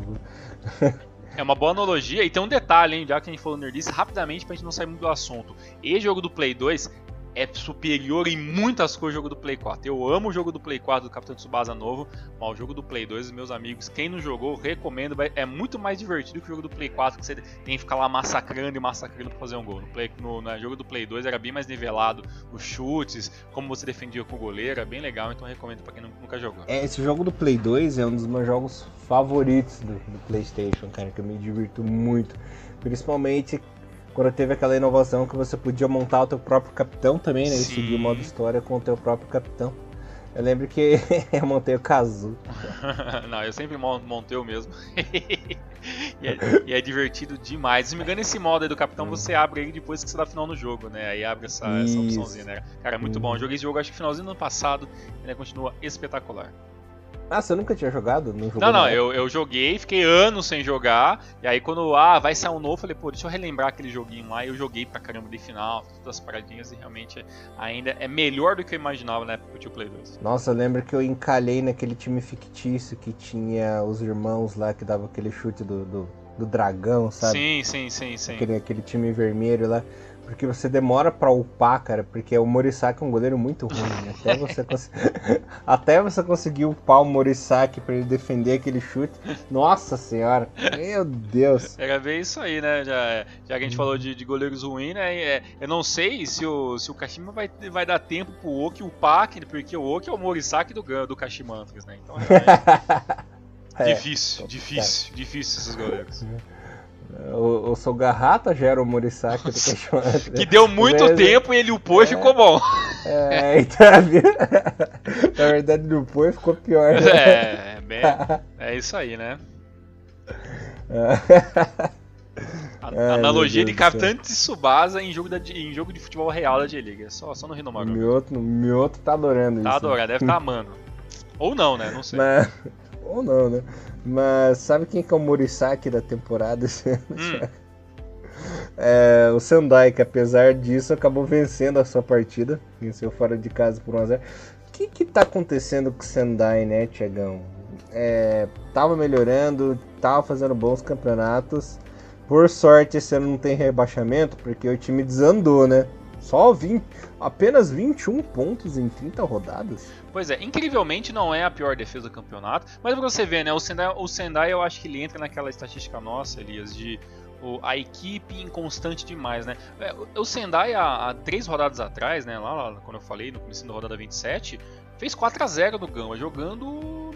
É uma boa analogia. E tem um detalhe, hein? Já que a gente falou nerdice, rapidamente pra gente não sair muito do assunto. E jogo do Play 2 é superior em muitas coisas ao jogo do Play 4. Eu amo o jogo do Play 4 do Capitão Tsubasa novo, mas o jogo do Play 2, meus amigos, quem não jogou, recomendo. É muito mais divertido que o jogo do Play 4, que você tem que ficar lá massacrando pra fazer um gol. No jogo do Play 2 era bem mais nivelado, os chutes, como você defendia com o goleiro, é bem legal, então recomendo pra quem nunca jogou. Esse jogo do Play 2 é um dos meus jogos favoritos do PlayStation, cara, que eu me divirto muito. Principalmente quando teve aquela inovação que você podia montar o teu próprio capitão também, né? Sim. E seguir o modo história com o teu próprio capitão. Eu lembro que eu montei o Kazu. Não, eu sempre montei o mesmo. e é divertido demais. Se não me engano, esse modo aí do capitão você abre ele depois que você dá final no jogo, né? Aí abre essa opçãozinha, né? Cara, é muito bom. Eu joguei esse jogo acho que finalzinho do ano passado e ele continua espetacular. Ah, você nunca tinha jogado? Não, eu joguei, fiquei anos sem jogar, e aí quando vai sair um novo, eu falei, pô, deixa eu relembrar aquele joguinho lá, e eu joguei pra caramba de final, todas as paradinhas, e realmente ainda é melhor do que eu imaginava na época que eu tinha o Play 2. Nossa, eu lembro que eu encalhei naquele time fictício que tinha os irmãos lá que dava aquele chute do dragão, sabe? Sim. Aquele time vermelho lá. Porque você demora pra upar, cara, porque o Morisaki é um goleiro muito ruim, né? Até você conseguir upar o Morisaki pra ele defender aquele chute. Nossa senhora, meu Deus. Era bem isso aí, né? Já que a gente falou de goleiros ruins, né? Eu não sei se o Kashima vai dar tempo pro Oki upar, porque o Oki é o Morisaki do Kashima Antlers, né? Então difícil esses goleiros. O Sogahata já era o Morisaki do Kashima Antlers. Que deu muito tempo e ele upou e ficou bom. Então, na verdade ele upou e ficou pior. É isso aí, né? Analogia de Capitão Tsubasa em jogo de futebol real da J-League. Só no Hinomaru. O Mioto tá adorando isso. Tá adorando, deve estar amando. Ou não, né? Não sei. Ou não, né? Mas sabe quem que é o Morisaki da temporada esse ano? O Sendai, que apesar disso acabou vencendo a sua partida. Venceu fora de casa por 1-0. O que tá acontecendo com o Sendai, né, Thiagão? Tava melhorando, tava fazendo bons campeonatos. Por sorte esse ano não tem rebaixamento, porque o time desandou, né? Apenas 21 pontos em 30 rodadas. Pois é, incrivelmente não é a pior defesa do campeonato. Mas pra você ver, né, o Sendai eu acho que ele entra naquela estatística nossa, Elias, de a equipe inconstante demais, né? O Sendai há 3 rodadas atrás, né, lá quando eu falei, no começo da rodada 27, fez 4-0 no Gamba, jogando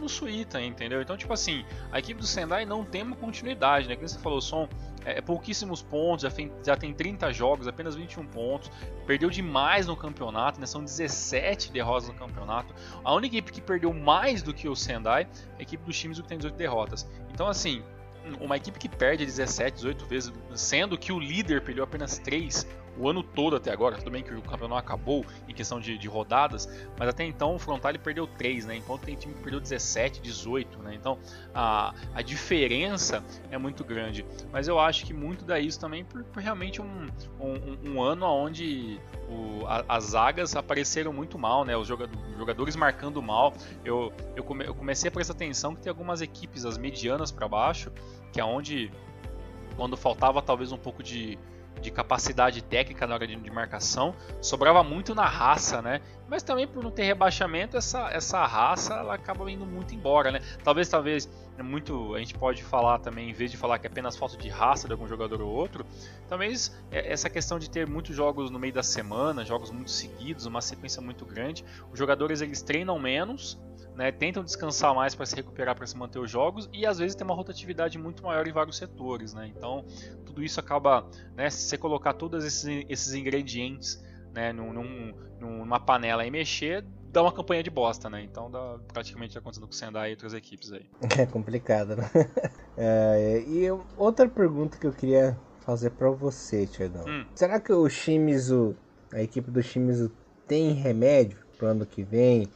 no Suíta, entendeu? Então, tipo assim, a equipe do Sendai não tem uma continuidade, né? Como você falou, são pouquíssimos pontos, já tem 30 jogos, apenas 21 pontos, perdeu demais no campeonato, né? São 17 derrotas no campeonato. A única equipe que perdeu mais do que o Sendai é a equipe do Shimizu, que tem 18 derrotas. Então, assim, uma equipe que perde 17, 18 vezes, sendo que o líder perdeu apenas 3 o ano todo até agora. Tudo bem que o campeonato acabou em questão de rodadas, mas até então o Frontale perdeu 3, né? Enquanto tem time que perdeu 17, 18, né? Então a diferença é muito grande. Mas eu acho que muito dá isso também por realmente um ano onde as zagas apareceram muito mal, né? Os jogadores marcando mal. Eu comecei a prestar atenção que tem algumas equipes, as medianas para baixo, que é onde, quando faltava talvez um pouco de capacidade técnica na hora de marcação, sobrava muito na raça, né? Mas também por não ter rebaixamento, essa raça ela acaba indo muito embora, né? Talvez muito, a gente pode falar também, em vez de falar que é apenas falta de raça de algum jogador ou outro, talvez essa questão de ter muitos jogos no meio da semana, jogos muito seguidos, uma sequência muito grande, os jogadores eles treinam menos, né, tentam descansar mais para se recuperar, para se manter os jogos, e às vezes tem uma rotatividade muito maior em vários setores, né? Então tudo isso acaba, né, se você colocar todos esses ingredientes, né, numa panela e mexer, dá uma campanha de bosta, né? Então praticamente tá acontecendo com o Sendai e outras equipes aí. É complicado, né? E outra pergunta que eu queria fazer para você, Thiagão. Será que o Shimizu, a equipe do Shimizu, tem remédio pro ano que vem?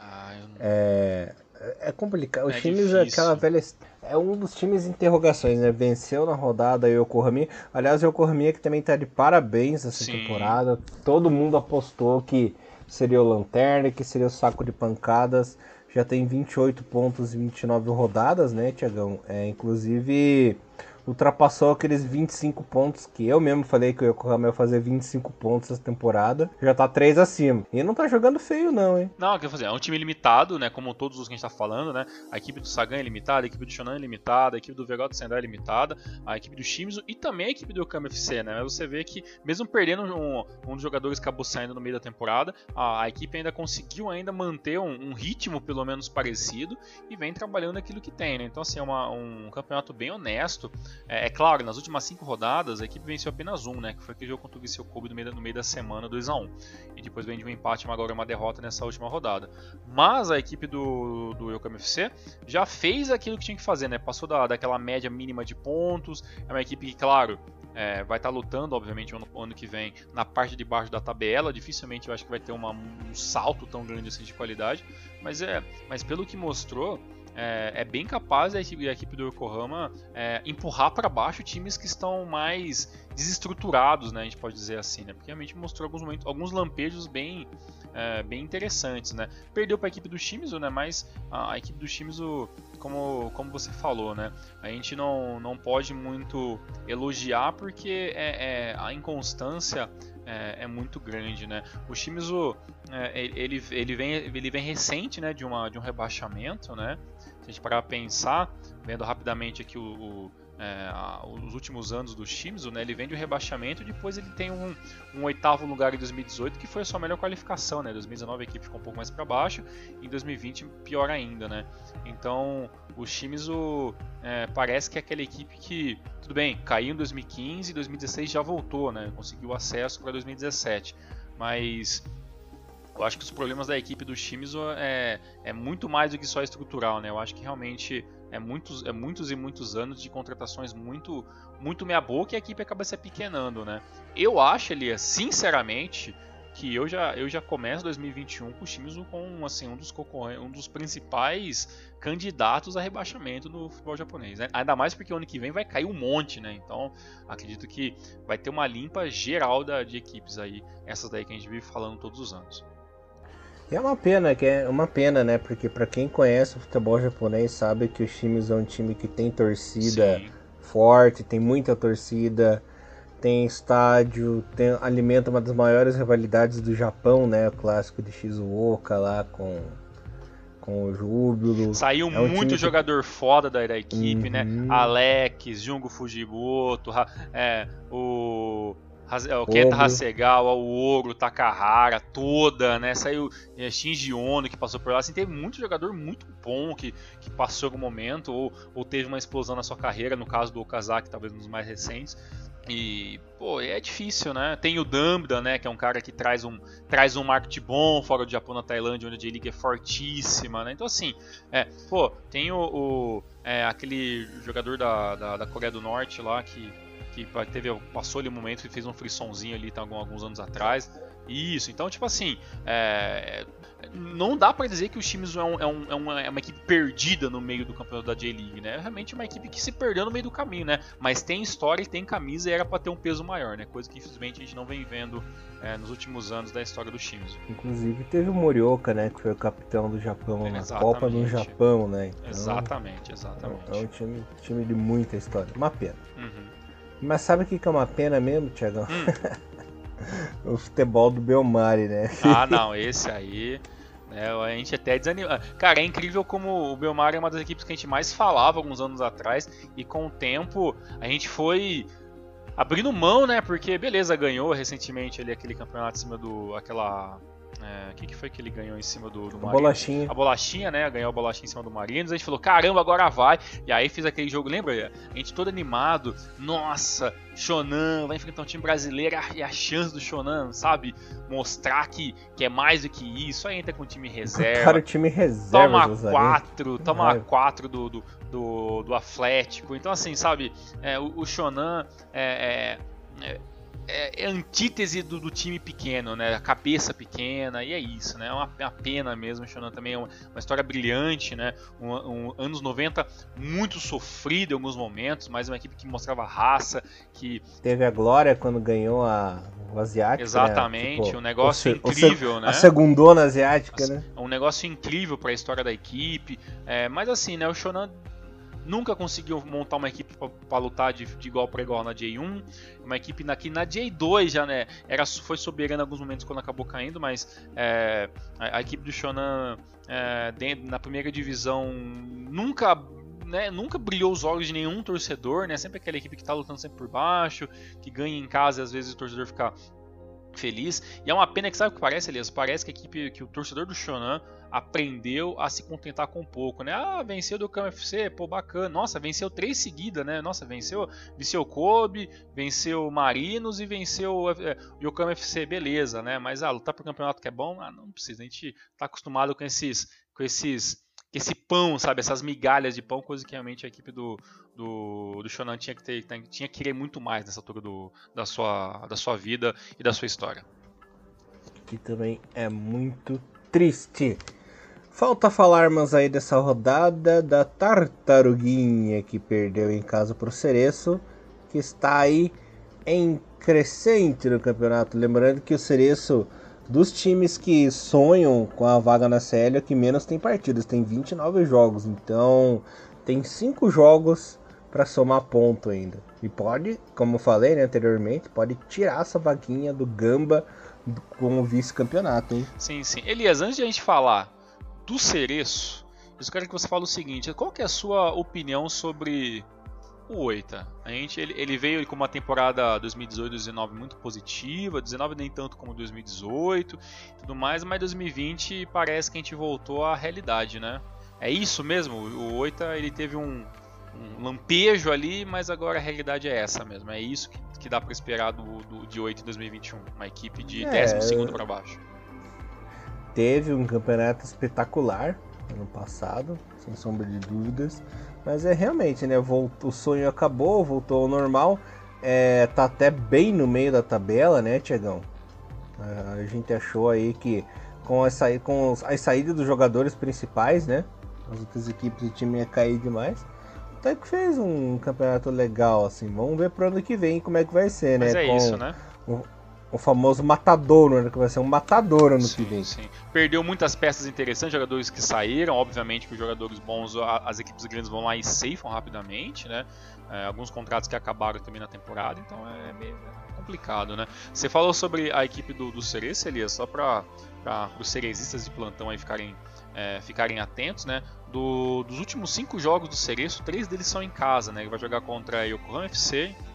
É complicado. O Shimizu é aquela velha... É um dos times de interrogações, né? Venceu na rodada o Yokohama. Aliás, o Yokohama que também tá de parabéns essa temporada. Todo mundo apostou que seria o lanterna, que seria o saco de pancadas. Já tem 28 pontos e 29 rodadas, né, Thiagão? Inclusive, ultrapassou aqueles 25 pontos que eu mesmo falei que o Yokohama ia fazer 25 pontos essa temporada. Já tá 3 acima. E não tá jogando feio não, hein? Não, quer fazer, é um time limitado, né, como todos os que a gente tá falando, né? A equipe do Sagan é limitada, a equipe do Shonan é limitada, a equipe do Vegeta Sendai é limitada, a equipe do Shimizu e também a equipe do Yokohama FC, né? Você vê que mesmo perdendo um dos jogadores que acabou saindo no meio da temporada, a equipe ainda conseguiu manter um ritmo pelo menos parecido e vem trabalhando aquilo que tem, né? Então assim, é um campeonato bem honesto. É claro, nas últimas 5 rodadas a equipe venceu apenas né? Que foi aquele jogo contra o Viseu Kobe no meio da semana, 2-1. E depois vem de um empate, agora uma derrota nessa última rodada. Mas a equipe do Yokohama FC já fez aquilo que tinha que fazer, né? Passou daquela média mínima de pontos. É uma equipe que, claro, vai estar lutando, obviamente, ano que vem na parte de baixo da tabela. Dificilmente eu acho que vai ter um salto tão grande assim de qualidade. Mas pelo que mostrou, é bem capaz a equipe do Yokohama empurrar para baixo times que estão mais desestruturados, né, a gente pode dizer assim, né, porque realmente mostrou alguns lampejos bem interessantes, né. Perdeu para a equipe do Shimizu, né, mas a equipe do Shimizu, como você falou, né, a gente não pode muito elogiar porque a inconstância é muito grande, né. O Shimizu ele vem recente, né, de um rebaixamento, né. Se a gente parar para pensar, vendo rapidamente aqui os últimos anos do Shimizu, né, ele vem de um rebaixamento e depois ele tem um 8º lugar em 2018, que foi a sua melhor qualificação, né? Em 2019 a equipe ficou um pouco mais para baixo, em 2020 pior ainda, né? Então o Shimizu parece que é aquela equipe que, tudo bem, caiu em 2015 e 2016 já voltou, né? Conseguiu acesso para 2017, mas eu acho que os problemas da equipe do Shimizu é muito mais do que só estrutural, né? Eu acho que realmente é muitos e muitos anos de contratações muito meia boca e a equipe acaba se apequenando, né? Eu acho, Elias, sinceramente, que eu já começo 2021 com o Shimizu com assim, um dos principais candidatos a rebaixamento no futebol japonês, né? Ainda mais porque o ano que vem vai cair um monte, né? Então acredito que vai ter uma limpa geral de equipes aí, essas daí que a gente vive falando todos os anos. E é uma pena, né? Porque pra quem conhece o futebol japonês sabe que o Shimizu é um time que tem torcida forte, tem muita torcida, tem estádio, alimenta uma das maiores rivalidades do Japão, né? O clássico de Shizuoka lá com o Júbilo. Saiu muito jogador foda da equipe, né? Alex, Jungo Fujimoto, o O Kenta Hasegawa, o Ouro, Takahara, toda, né? Saiu Shinji Ono, que passou por lá. Assim, teve muito jogador muito bom que passou em algum momento, ou teve uma explosão na sua carreira, no caso do Okazaki, talvez um dos mais recentes. E, pô, é difícil, né? Tem o Dambda, né? Que é um cara que traz um marketing bom fora do Japão, na Tailândia, onde a J-League é fortíssima, né? Então, assim, tem aquele jogador da Coreia do Norte lá que passou ali um momento e fez um frissonzinho ali alguns anos atrás. Isso, então, tipo assim, não dá pra dizer que os times é uma equipe perdida no meio do campeonato da J-League, né? É realmente uma equipe que se perdeu no meio do caminho, né? Mas tem história e tem camisa e era pra ter um peso maior, né? Coisa que infelizmente a gente não vem vendo nos últimos anos da história dos times. Inclusive teve o Morioka, né? Que foi o capitão do Japão na Copa no Japão, né? Então, exatamente. É um time de muita história. Uma pena. Uhum. Mas sabe o que é uma pena mesmo, Thiagão? O futebol do Belmari, né? Ah, não, esse aí, né, a gente até desanima. Cara, é incrível como o Belmari é uma das equipes que a gente mais falava alguns anos atrás, e com o tempo a gente foi abrindo mão, né? Porque, beleza, ganhou recentemente ali aquele campeonato em cima do... O que foi que ele ganhou em cima do Marinos? Bolachinha. A bolachinha, né? Ganhou a bolachinha em cima do Marinos. A gente falou, caramba, agora vai. E aí fez aquele jogo, lembra? A gente todo animado. Nossa, Shonan vai enfrentar um time brasileiro. E a chance do Shonan, sabe? Mostrar que é mais do que isso. Aí entra com o time reserva. Cara, o time reserva. Toma 4 do Atlético. Então, assim, sabe? O Shonan é antítese do time pequeno, né? A cabeça pequena, e é isso, né? É uma pena mesmo. O Shonan também é uma história brilhante, né? Anos 90 muito sofrido em alguns momentos, mas uma equipe que mostrava raça, que... Teve a glória quando ganhou o Asiático, exatamente, né? Tipo, um negócio incrível, né? A segundona asiática, né? Um negócio incrível para a história da equipe, mas assim, né? O Shonan nunca conseguiu montar uma equipe para lutar de igual para igual na J1, uma equipe que na J2 já, né, foi soberana em alguns momentos quando acabou caindo, mas a equipe do Shonan na primeira divisão nunca brilhou os olhos de nenhum torcedor, né? Sempre aquela equipe que está lutando sempre por baixo, que ganha em casa e às vezes o torcedor fica feliz. E é uma pena que, sabe o que parece, Elias? Parece que o torcedor do Shonan aprendeu a se contentar com pouco, né? Ah, venceu do Yokohama FC, pô, bacana. Nossa, venceu 3 seguidas, né? Nossa, venceu Kobe, venceu Marinos e venceu o Yokohama FC, beleza, né? Mas lutar pro campeonato que é bom, não precisa. A gente tá acostumado com esse pão, sabe? Essas migalhas de pão, coisa que realmente a equipe do Shonan tinha que querer muito mais nessa altura da sua vida e da sua história. E também é muito triste. Falta falarmos aí dessa rodada da Tartaruguinha, que perdeu em casa pro Cereço, que está aí em crescente no campeonato. Lembrando que o Cereço, dos times que sonham com a vaga na CL, é que menos tem partidas, tem 29 jogos, então tem 5 jogos para somar ponto ainda. E pode, como eu falei, né, anteriormente, pode tirar essa vaguinha do Gamba como vice-campeonato, hein? Sim, sim. Elias, antes de a gente falar do Cereço, eu quero que você fale o seguinte: qual que é a sua opinião sobre o Oita? Ele veio com uma temporada 2018-2019 muito positiva, 2019 nem tanto como 2018 e tudo mais, mas 2020 parece que a gente voltou à realidade, né? É isso mesmo? O Oita, ele teve um lampejo ali, mas agora a realidade é essa mesmo. É isso que dá para esperar de 8 em 2021. Uma equipe de 12º para baixo. Teve um campeonato espetacular ano passado, sem sombra de dúvidas. Mas realmente, né? O sonho acabou, voltou ao normal. Tá até bem no meio da tabela, né, Thiagão? A gente achou aí que com as saídas dos jogadores principais, né? As outras equipes, o time ia cair demais. Até que fez um campeonato legal, assim. Vamos ver pro ano que vem como é que vai ser, né? Mas isso, né? O famoso matadouro, né? Que vai ser um matador ano que vem. Sim. Perdeu muitas peças interessantes, jogadores que saíram. Obviamente que os jogadores bons, as equipes grandes vão lá e ceifam rapidamente, né? Alguns contratos que acabaram também na temporada, então é meio complicado, né? Você falou sobre a equipe do Cereço, Elias, só para os cerezistas de plantão aí ficarem atentos, né? Dos últimos 5 jogos do Cereço, 3 deles são em casa, né? Ele vai jogar contra Yokohama FC,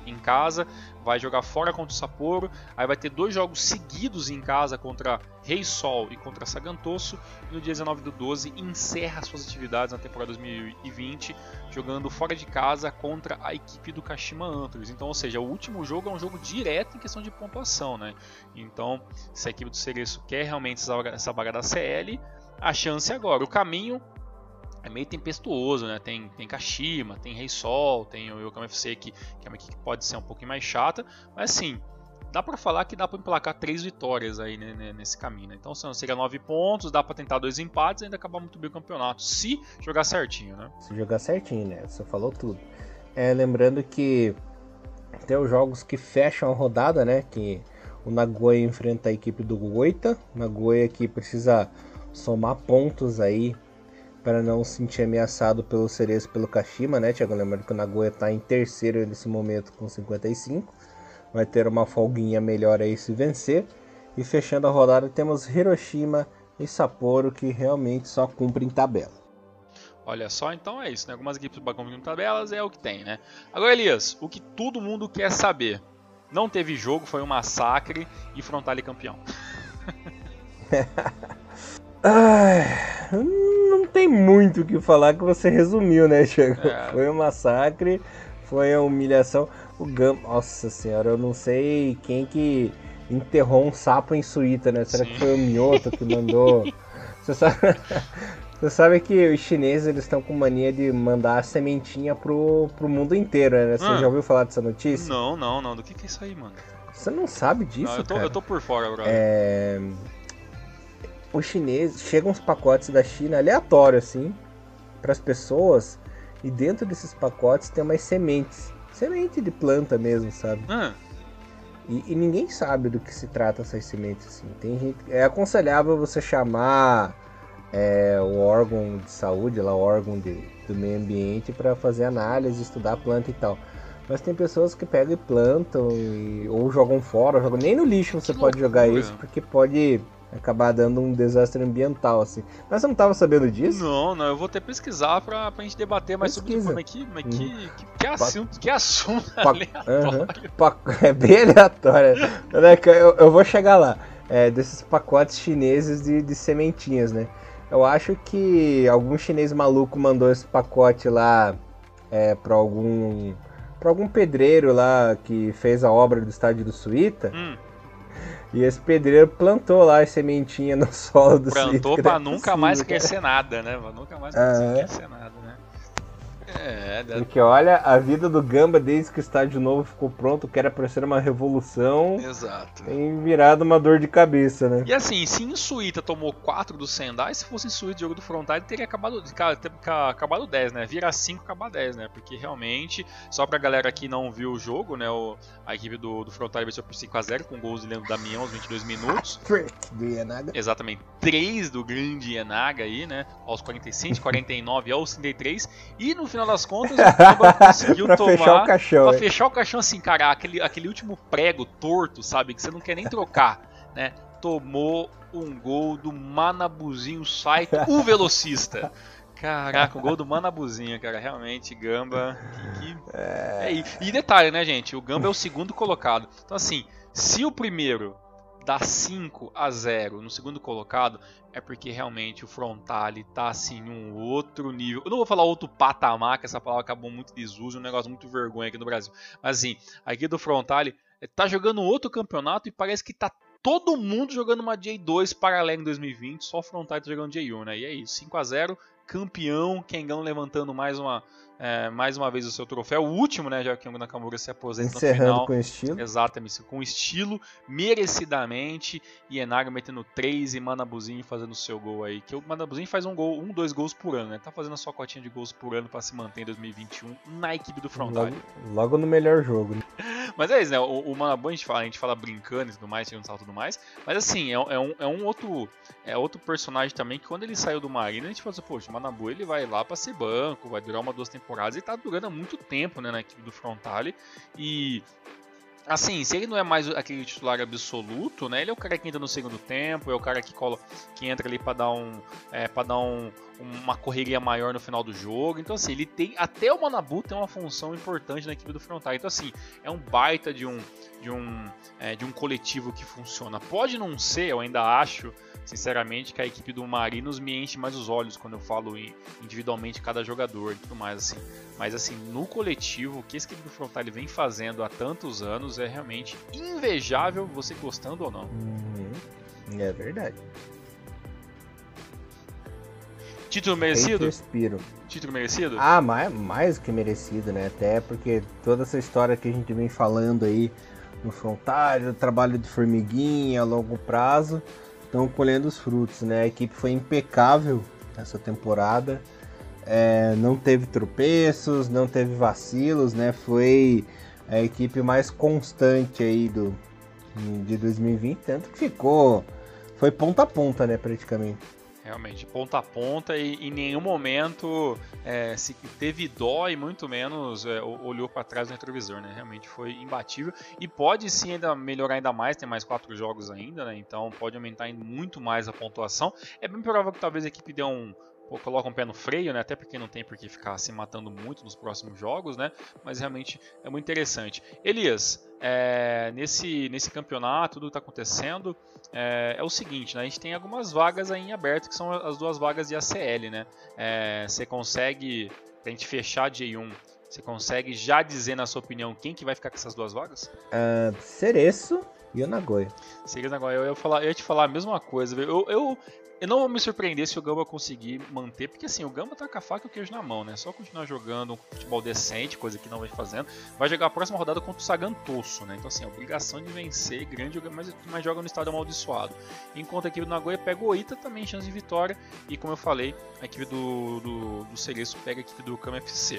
em casa, vai jogar fora contra o Sapporo, aí vai ter 2 jogos seguidos em casa contra Rei Sol e contra Sagantoso, e no dia 19/12 encerra suas atividades na temporada 2020, jogando fora de casa contra a equipe do Kashima Antlers. Então, ou seja, o último jogo é um jogo direto em questão de pontuação, né? Então, se a equipe do Cereço quer realmente essa vaga da CL, a chance é agora. O caminho é meio tempestuoso, né? Tem Kashima, tem Rei Sol, tem o Yokohama FC, que é uma equipe que pode ser um pouquinho mais chata, mas assim, dá pra falar que dá pra emplacar 3 vitórias aí, né, nesse caminho, né? Então seria 9 pontos, dá pra tentar 2 empates e ainda acabar muito bem o campeonato, se jogar certinho, né? Se jogar certinho, né? Você falou tudo. Lembrando que tem os jogos que fecham a rodada, né? Que o Nagoya enfrenta a equipe do Goita. Nagoya que precisa somar pontos aí para não se sentir ameaçado pelo Cereço e pelo Kashima, né, Thiago? Lembrando que o Nagoya está em terceiro nesse momento com 55. Vai ter uma folguinha melhor aí se vencer. E fechando a rodada temos Hiroshima e Sapporo, que realmente só cumprem tabela. Olha só, então é isso, né? Algumas equipes cumprindo tabelas é o que tem, né? Agora, Elias, o que todo mundo quer saber. Não teve jogo, foi um massacre e Frontale campeão. Não tem muito o que falar, que você resumiu, né, Thiago? Foi um massacre, foi uma humilhação. O Gamba, nossa senhora, eu não sei quem que enterrou um sapo em Suíta, né? Será que foi o Mioto que mandou? Você sabe que os chineses eles estão com mania de mandar a sementinha pro mundo inteiro, né? Você já ouviu falar dessa notícia? Não. Do que é isso aí, mano? Você não sabe disso, cara? Eu tô por fora, brother. Os chineses, chegam uns pacotes da China aleatório assim para as pessoas, e dentro desses pacotes tem umas sementes, semente de planta mesmo, sabe? E ninguém sabe do que se trata essas sementes assim. Tem gente, é aconselhável você chamar o órgão de saúde, lá, o órgão do meio ambiente, para fazer análise, estudar a planta e tal. Mas tem pessoas que pegam e plantam ou jogam fora, nem no lixo você pode jogar isso, porque pode acabar dando um desastre ambiental, assim. Mas você não estava sabendo disso? Não, eu vou até pesquisar pra gente debater mais sobre isso. Que assunto aleatório. É bem aleatório. Eu vou chegar lá. Desses pacotes chineses de sementinhas, né? Eu acho que algum chinês maluco mandou esse pacote lá para algum pedreiro lá que fez a obra do estádio do Suíta. E esse pedreiro plantou lá a sementinha no solo do Suíta. Plantou pra nunca mais crescer nada, né? Nunca mais crescer nada, né? Porque olha, a vida do Gamba desde que o estádio novo ficou pronto, que era pra ser uma revolução. Exato. Tem virado uma dor de cabeça, né? E assim, se em Suíta tomou 4 do Sendai, se fosse em Suíta jogo do Frontale, teria acabado 10, né? Vira 5, acabar 10, né? Porque realmente, só pra galera que não viu o jogo, né? A equipe do Frontale venceu por 5-0 com gols de Leandro Damião aos 22 minutos. Do Ienaga. Exatamente, 3 do grande Ienaga aí, né? Aos 45, 49 aos 33. E no final das contas, o Gamba conseguiu pra tomar. Fechar o caixão, pra fechar o caixão assim, cara, aquele último prego torto, sabe? Que você não quer nem trocar, né? Tomou um gol do Manabuzinho Saito, o velocista. Caraca, o gol do Manabuzinho, cara. Realmente, Gamba. E detalhe, né, gente? O Gamba é o segundo colocado. Então, assim, se o primeiro dá 5-0 no segundo colocado, é porque realmente o Frontale tá assim num outro nível. Eu não vou falar outro patamar, que essa palavra acabou muito desuso, um negócio muito vergonha aqui no Brasil. Mas assim, a equipe do Frontale tá jogando outro campeonato e parece que tá todo mundo jogando uma J2 paralela em 2020, só o Frontale tá jogando J1, né? E é isso, 5-0, campeão, Kengão levantando mais uma vez o seu troféu, o último, né, já que o Nakamura se aposenta no final. Com estilo. Exatamente, com estilo, merecidamente, e Ienaga metendo 3 e Manabuzinho fazendo o seu gol aí, que o Manabuzinho faz 2 gols por ano, né, tá fazendo a sua cotinha de gols por ano para se manter em 2021 na equipe do Frontale. Logo no melhor jogo, né? Mas é isso, né, o Manabu a gente fala brincando e tudo mais, tirando salto e tudo mais, mas assim, outro personagem também que quando ele saiu do Marina, a gente falou assim, poxa, o Manabu ele vai lá para ser banco, vai durar 1-2 temporadas, e tá durando há muito tempo, né, na equipe do Frontale, e Assim, se ele não é mais aquele titular absoluto, né? Ele é o cara que entra no segundo tempo, é o cara que entra ali para dar uma correria maior no final do jogo. Então, assim, ele tem. Até o Manabu tem uma função importante na equipe do Frontal. Então, assim, é um baita de um coletivo que funciona. Pode não ser, eu ainda acho, sinceramente, que a equipe do Marinos me enche mais os olhos quando eu falo individualmente cada jogador e tudo mais, assim. Mas, assim, no coletivo, o que esse equipe do Frontal vem fazendo há tantos anos é realmente invejável, você gostando ou não. É verdade. Título merecido? Respiro. Título merecido? Ah, mais que merecido, né? Até porque toda essa história que a gente vem falando aí no Frontal, trabalho de formiguinha a longo prazo, estão colhendo os frutos, né? A equipe foi impecável essa temporada, não teve tropeços, não teve vacilos, né? Foi a equipe mais constante aí de 2020, tanto que foi ponta a ponta, né, praticamente. Realmente, ponta a ponta, e em nenhum momento se teve dó e muito menos olhou para trás no retrovisor, né? Realmente foi imbatível e pode sim ainda melhorar ainda mais, tem mais 4 jogos ainda, né? Então pode aumentar muito mais a pontuação. É bem provável que talvez a equipe dê coloca um pé no freio, né? Até porque não tem por que ficar se matando muito nos próximos jogos, né? Mas realmente é muito interessante. Elias, nesse campeonato, tudo que está acontecendo é o seguinte, né? A gente tem algumas vagas aí em aberto, que são as 2 vagas de ACL, né? Você consegue, pra gente fechar a J1, você consegue já dizer, na sua opinião, quem que vai ficar com essas 2 vagas? Cereço e o Nagoya. Cereço e Nagoya, eu ia te falar a mesma coisa, viu? Eu não vou me surpreender se o Gamba conseguir manter, porque assim, o Gamba tá com a faca e o queijo na mão, né? Só continuar jogando um futebol decente, coisa que não vem fazendo. Vai jogar a próxima rodada contra o Sagantoso, né? Então assim, a obrigação de vencer, grande, mas joga no estado amaldiçoado. Enquanto a equipe do Nagoya pega o Oita, também chance de vitória. E como eu falei, a equipe do Cereço pega a equipe do Kama FC.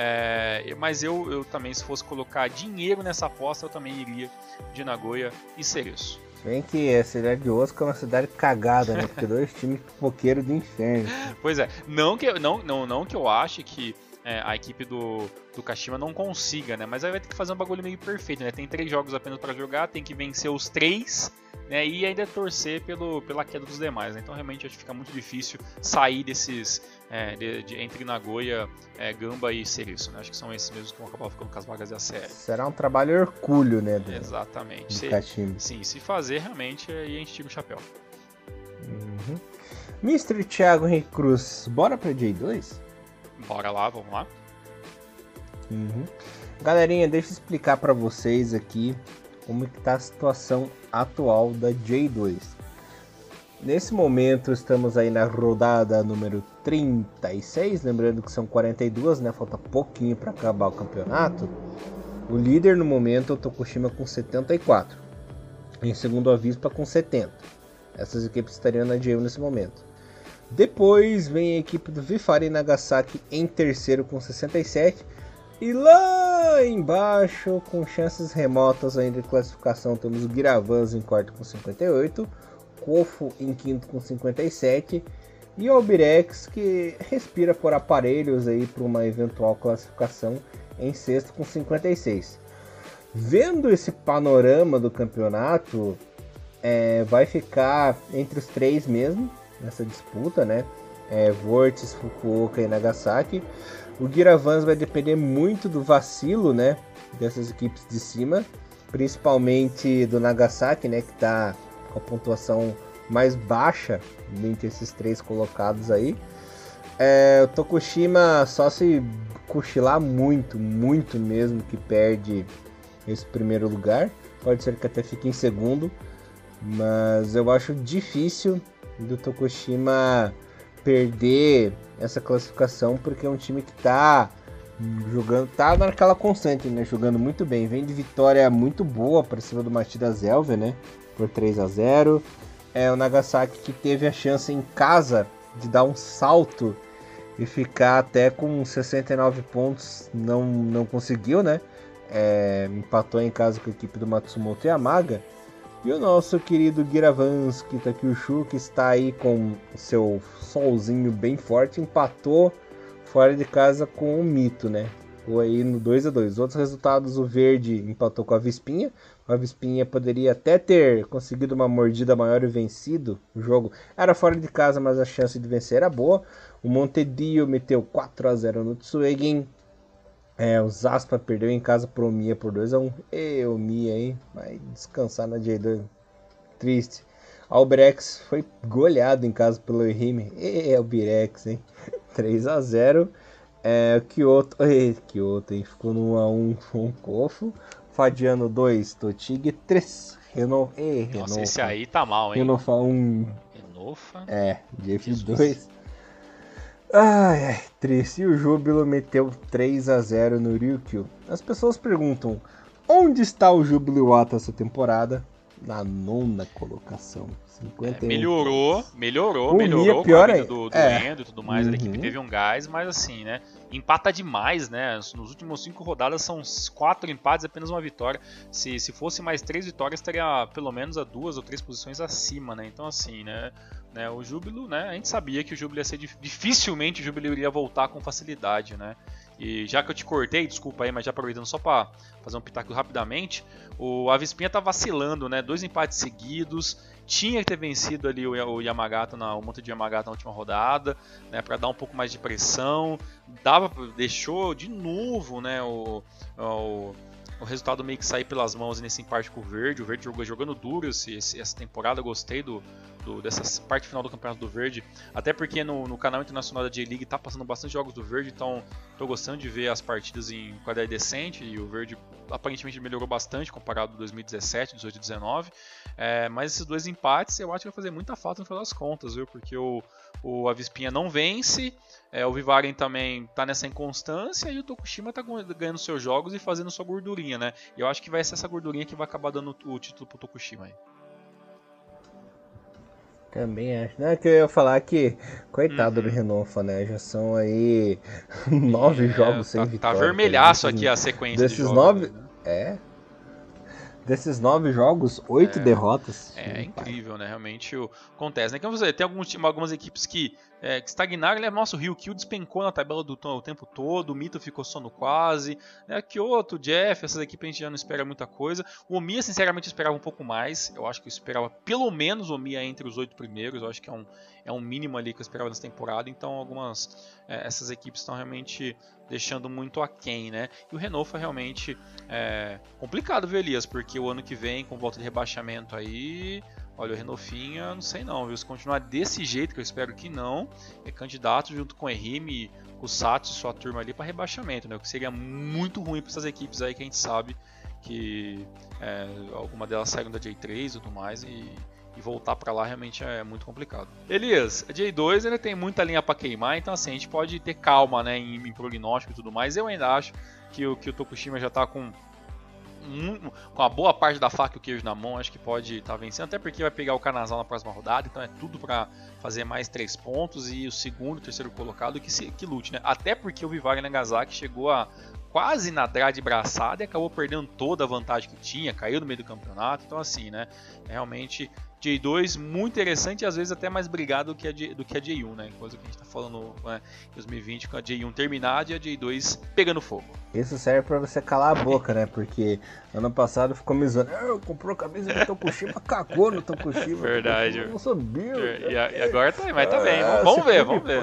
Mas eu também, se fosse colocar dinheiro nessa aposta, eu também iria de Nagoya e Cereço. Bem que a cidade de Osaka é uma cidade cagada, né? Porque 2 times pipoqueiros do inferno. Pois é, não que eu ache que a equipe do Kashima não consiga, né? Mas aí vai ter que fazer um bagulho meio perfeito, né? Tem 3 jogos apenas para jogar, tem que vencer os 3, né? E ainda torcer pela queda dos demais, né? Então realmente acho que fica muito difícil sair desses entre Nagoya, Gamba e Cereço, né? Acho que são esses mesmos que vão acabar ficando com as vagas da série. Será um trabalho hercúleo, né? Exatamente. Sim, se fazer realmente, aí a gente tira o chapéu. Uhum. Mr. Thiago Henrique Cruz, bora pra J2? Bora lá, vamos lá. Uhum. Galerinha, deixa eu explicar pra vocês aqui como que tá a situação atual da J2. Nesse momento estamos aí na rodada número 36, lembrando que são 42, né? Falta pouquinho para acabar o campeonato. O líder no momento é o Tokushima com 74. Em segundo, a Avispa com 70. Essas equipes estariam na J1 nesse momento. Depois vem a equipe do Vifari Nagasaki em terceiro com 67. E lá embaixo, com chances remotas ainda de classificação, temos o Giravans em quarto com 58. Kofo em quinto com 57 e o Albirex, que respira por aparelhos aí para uma eventual classificação, em sexto com 56. Vendo esse panorama do campeonato, vai ficar entre os 3 mesmo nessa disputa, né? Vortis, Fukuoka e Nagasaki. O Giravans vai depender muito do vacilo, né, dessas equipes de cima, principalmente do Nagasaki, né, que está com a pontuação mais baixa dentre esses 3 colocados aí. O Tokushima, só se cochilar muito mesmo, que perde esse primeiro lugar. Pode ser que até fique em segundo, mas eu acho difícil do Tokushima perder essa classificação, porque é um time que tá jogando, tá naquela constante, né, jogando muito bem. Vem de vitória muito boa para cima do Machida Zelvia, né, por 3-0. O Nagasaki, que teve a chance em casa de dar um salto e ficar até com 69 pontos, não conseguiu, né? Empatou em casa com a equipe do Matsumoto Yamaga. E o nosso querido Giravans Kitakyushu, que está aí com o seu solzinho bem forte, empatou fora de casa com o Mito, né? ficou aí no 2-2. Outros resultados, o Verde empatou com a Avispinha. A Avispinha poderia até ter conseguido uma mordida maior e vencido o jogo. Era fora de casa, mas a chance de vencer era boa. O Montedio meteu 4-0 no Tsuegen. O Zaspa perdeu em casa pro Omiya por 2-1. O Omiya aí vai descansar na J2. Triste. A Albirex foi goleado em casa pelo Ehime. Albirex, hein? 3-0. O Kyoto, hein? Ficou no 1x1 com o Kofo. Fadiano 2, Totig 3. Renofa. Nossa, esse aí tá mal, hein? Renofa 1. Renofa? Jeff 2. Ai, triste. E o Júbilo meteu 3-0 no Ryukyu. As pessoas perguntam: onde está o Júbilo Iwata essa temporada? Na 9ª colocação. 51. Melhorou pior com a aí. do Endo e tudo mais. A equipe teve um gás, mas assim, né? Empata demais, né? Nos últimos 5 rodadas são 4 empates e apenas uma vitória. Se fosse mais 3 vitórias, estaria pelo menos a 2 ou 3 posições acima, né? Então assim, né? O Júbilo, né? A gente sabia que o Júbilo ia ser dificilmente o Júbilo iria voltar com facilidade, né? E já que eu te cortei, desculpa aí, mas já aproveitando só para fazer um pitaco rapidamente, o Avispinha tá vacilando, né? 2 empates seguidos, tinha que ter vencido ali o Yamagata, o Monte de Yamagata na última rodada, né? Para dar um pouco mais de pressão, deixou de novo, né? O resultado meio que sair pelas mãos nesse empate com o Verde. O Verde jogando duro essa temporada. Eu gostei dessa parte final do Campeonato do Verde. Até porque no canal internacional da J-League tá passando bastante jogos do Verde. Então tô gostando de ver as partidas em qualidade decente. E o Verde aparentemente melhorou bastante comparado com 2017, 18 e 19. Mas esses 2 empates eu acho que vai fazer muita falta no final das contas, viu? Porque o Avispinha não vence. O Vivaren também tá nessa inconstância e o Tokushima tá ganhando seus jogos e fazendo sua gordurinha, né? E eu acho que vai ser essa gordurinha que vai acabar dando o título pro Tokushima aí. Também acho. Não é que eu ia falar que, coitado do Renofa, né? Já são aí 9 jogos sem vitória. Tá vermelhaço aqui a sequência desses de jogos. 9, Desses 9 jogos, 8 derrotas. É incrível, né? Realmente acontece. Né? Como você tem algumas equipes que estagnaram, né? Nossa, o Ryukyu despencou na tabela o tempo todo, o Mito ficou só no quase, né? Kyoto, o Jeff, essas equipes a gente já não espera muita coisa. O Omiya, sinceramente, eu esperava um pouco mais. Eu acho que eu esperava pelo menos o Omiya entre os 8 primeiros. Eu acho que é um mínimo ali que eu esperava nessa temporada. Então, essas equipes estão realmente deixando muito aquém, né? E o Renofa realmente complicado, viu, Elias? Porque o ano que vem, com volta de rebaixamento aí, olha, o Renofinha, não sei não, viu? Se continuar desse jeito, que eu espero que não, é candidato junto com o Ehime, com o Satsu e sua turma ali para rebaixamento, né? O que seria muito ruim para essas equipes aí que a gente sabe que alguma delas saíram da J3 e tudo mais e voltar para lá realmente é muito complicado. Elias, a J2 ele tem muita linha para queimar, então assim, a gente pode ter calma, né, em prognóstico e tudo mais. Eu ainda acho que o Tokushima já está com a boa parte da faca e o queijo na mão, acho que pode estar vencendo, até porque vai pegar o Kanazawa na próxima rodada, então é tudo para fazer mais 3 pontos e o segundo, terceiro colocado que lute, né? Até porque o Vivaren Nagasaki chegou a quase nadar de braçada e acabou perdendo toda a vantagem que tinha, caiu no meio do campeonato, então assim, né, realmente J2 muito interessante e às vezes até mais brigado do que a J1, né? Coisa que a gente tá falando em 2020 com a J1 terminada e a J2 pegando fogo. Isso serve pra você calar a boca, né? Porque ano passado ficou me zoando. Comprou a camisa do Tokushima, cagou no Tokushima. Verdade. Não sabia. E agora tá, mas tá bem. Vamos ver.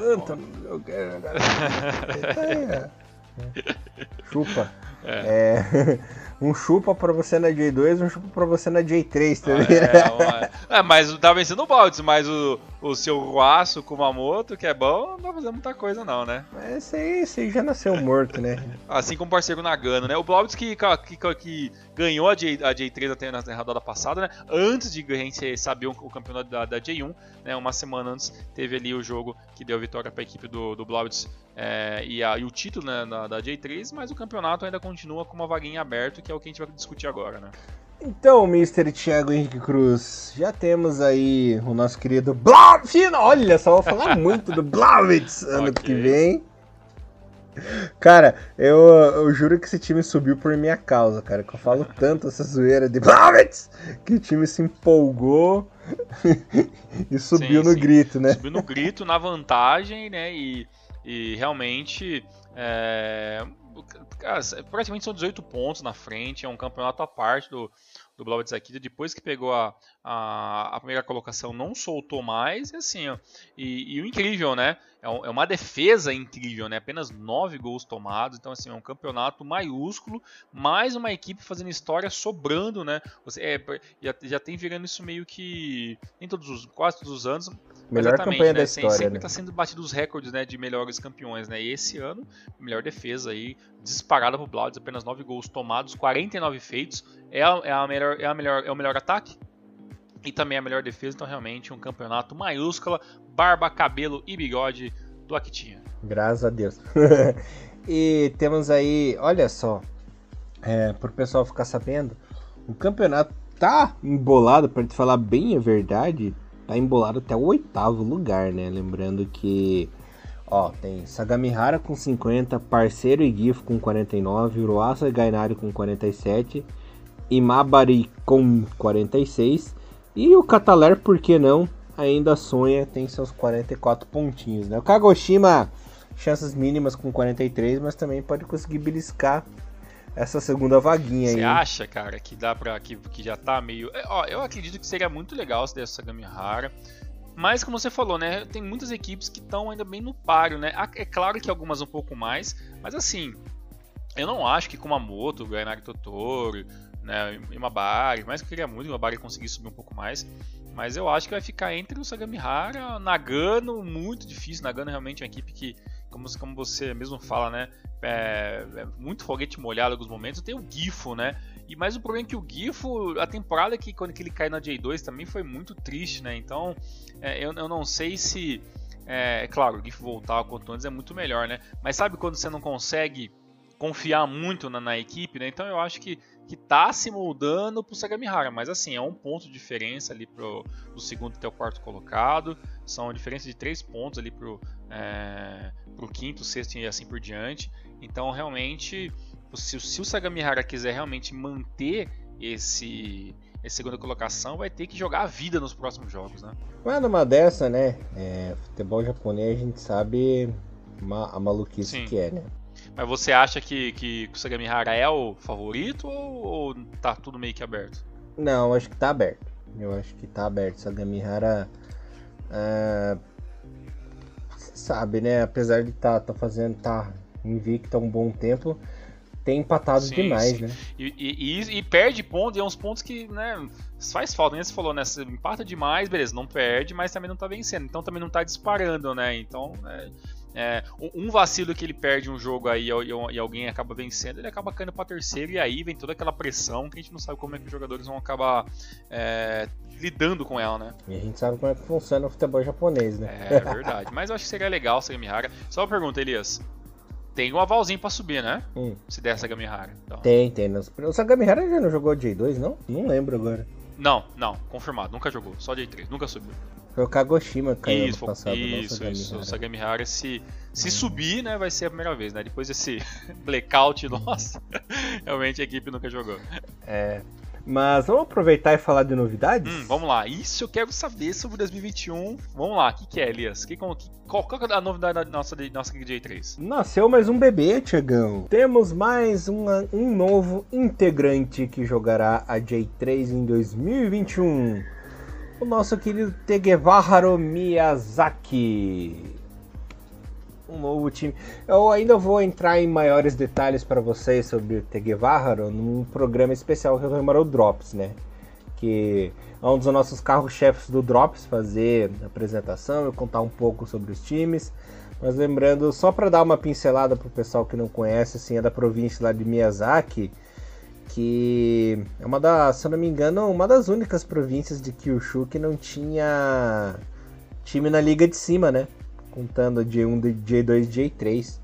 Chupa. Um chupa pra você na J2, um chupa pra você na J3, tá vendo? Mas tá vencendo o Baldes, mas o seu Ruaço Kumamoto, que é bom, não vai fazer muita coisa não, né? Mas esse aí já nasceu morto, né? Assim como o parceiro Nagano, né? O Baldes que ganhou a J3 na rodada passada, né? Antes de a gente saber o campeonato da J1, né? Uma semana antes teve ali o jogo que deu a vitória pra equipe do Blauwitz e o título, né, da J3, mas o campeonato ainda continua com uma vaguinha aberta, que é o que a gente vai discutir agora, né? Então, Mr. Thiago Henrique Cruz, já temos aí o nosso querido Blauwitz. Olha só, vou falar muito do Blauwitz ano que vem. Cara, eu juro que esse time subiu por minha causa, cara. Que eu falo tanto essa zoeira de Blauwitz que o time se empolgou e subiu no grito, né? Subiu no grito, na vantagem, né? E realmente Cara, praticamente são 18 pontos na frente, é um campeonato à parte do Blau Zakida. Depois que pegou a primeira colocação, não soltou mais, e assim, ó, e o incrível, né? É uma defesa incrível, né? Apenas 9 gols tomados, então assim, é um campeonato maiúsculo, mais uma equipe fazendo história sobrando, né? Já tem virando isso meio que em quase todos os anos. Melhor campanha da história, sempre né? está sendo batido os recordes, né, de melhores campeões, né? E esse ano, melhor defesa aí, disparada pro Blaudes, apenas 9 gols tomados, 49 feitos, é o melhor ataque e também a melhor defesa, então realmente um campeonato maiúscula, barba, cabelo e bigode do Akitinha. Graças a Deus. E temos aí, olha só, pro pessoal ficar sabendo, o campeonato tá embolado, para te falar bem a verdade, tá embolado até o 8º lugar, né? Lembrando que, ó, tem Sagamihara com 50, Parceiro e Gifu com 49, Uruasa e Gainari com 47, Imabari com 46 e o Cataler, por que não, ainda sonha, tem seus 44 pontinhos, né? O Kagoshima, chances mínimas com 43, mas também pode conseguir beliscar essa segunda vaguinha aí. Você acha, cara, que dá pra. Que já tá meio. Eu acredito que seria muito legal se desse Sagamihara. Mas como você falou, né? Tem muitas equipes que estão ainda bem no páreo, né? É claro que algumas um pouco mais, mas assim, eu não acho que Kumamoto, Gainari Totoro, né, Imabari, mais que eu queria muito que o Imabari conseguisse subir um pouco mais. Mas eu acho que vai ficar entre o Sagamihara, Nagano, muito difícil. Nagano realmente é uma equipe que, como você mesmo fala, né, é muito foguete molhado em alguns momentos. Tem o Gifu, né? Mas o problema é que o Gifu, a temporada que quando ele caiu na J2 também foi muito triste, né? Então, eu não sei se... claro, o Gifu voltar ao quanto antes é muito melhor, né? Mas sabe quando você não consegue confiar muito na equipe, né? Então eu acho que tá se moldando pro Sagamihara, mas assim, é um ponto de diferença ali do segundo até o quarto colocado, são diferença de 3 pontos ali pro quinto, sexto e assim por diante. Então realmente, se o Sagamihara quiser realmente manter essa segunda colocação, vai ter que jogar a vida nos próximos jogos, né? Mas numa dessa, né, futebol japonês a gente sabe a maluquice Sim. que é, né? Mas você acha que o Sagamihara é o favorito ou tá tudo meio que aberto? Não, acho que tá aberto. Eu acho que tá aberto. Sagamihara, você sabe, né? Apesar de tá invicto há um bom tempo, tem empatado demais, né? E perde pontos, e é uns pontos que, né, faz falta, né? Você falou, né? Você empata demais, beleza, não perde, mas também não tá vencendo. Então também não tá disparando, né? Então, um vacilo que ele perde um jogo aí e alguém acaba vencendo, ele acaba caindo pra terceiro, e aí vem toda aquela pressão que a gente não sabe como é que os jogadores vão acabar lidando com ela, né? E a gente sabe como é que funciona o futebol japonês, né? É verdade, mas eu acho que seria legal o Sagamihara. Só uma pergunta, Elias. Tem um avalzinho pra subir, né? Se der Sagamihara. Então. Tem. O Sagamihara já não jogou J2, não? Não lembro agora. Não, confirmado. Nunca jogou. Só J3, nunca subiu. Foi o Kagoshima que caiu no passado. Isso. O Sagamihara, se subir, né, vai ser a primeira vez, né? Depois desse blackout, nossa, realmente a equipe nunca jogou. Mas vamos aproveitar e falar de novidades? Vamos lá, isso eu quero saber sobre 2021. Vamos lá, o que é, Elias? Qual é a novidade da nossa J3? Nasceu mais um bebê, Tiagão. Temos mais um novo integrante que jogará a J3 em 2021. O nosso querido Tegevaharo Miyazaki. Um novo time. Eu ainda vou entrar em maiores detalhes para vocês sobre o Tegevaharo num programa especial que eu chamo o Drops, né? Que é um dos nossos carros-chefes do Drops, fazer a apresentação e contar um pouco sobre os times. Mas lembrando, só para dar uma pincelada para o pessoal que não conhece, assim, é da província lá de Miyazaki, que é se eu não me engano, uma das únicas províncias de Kyushu que não tinha time na liga de cima, né? Contando J1, J2 e J3.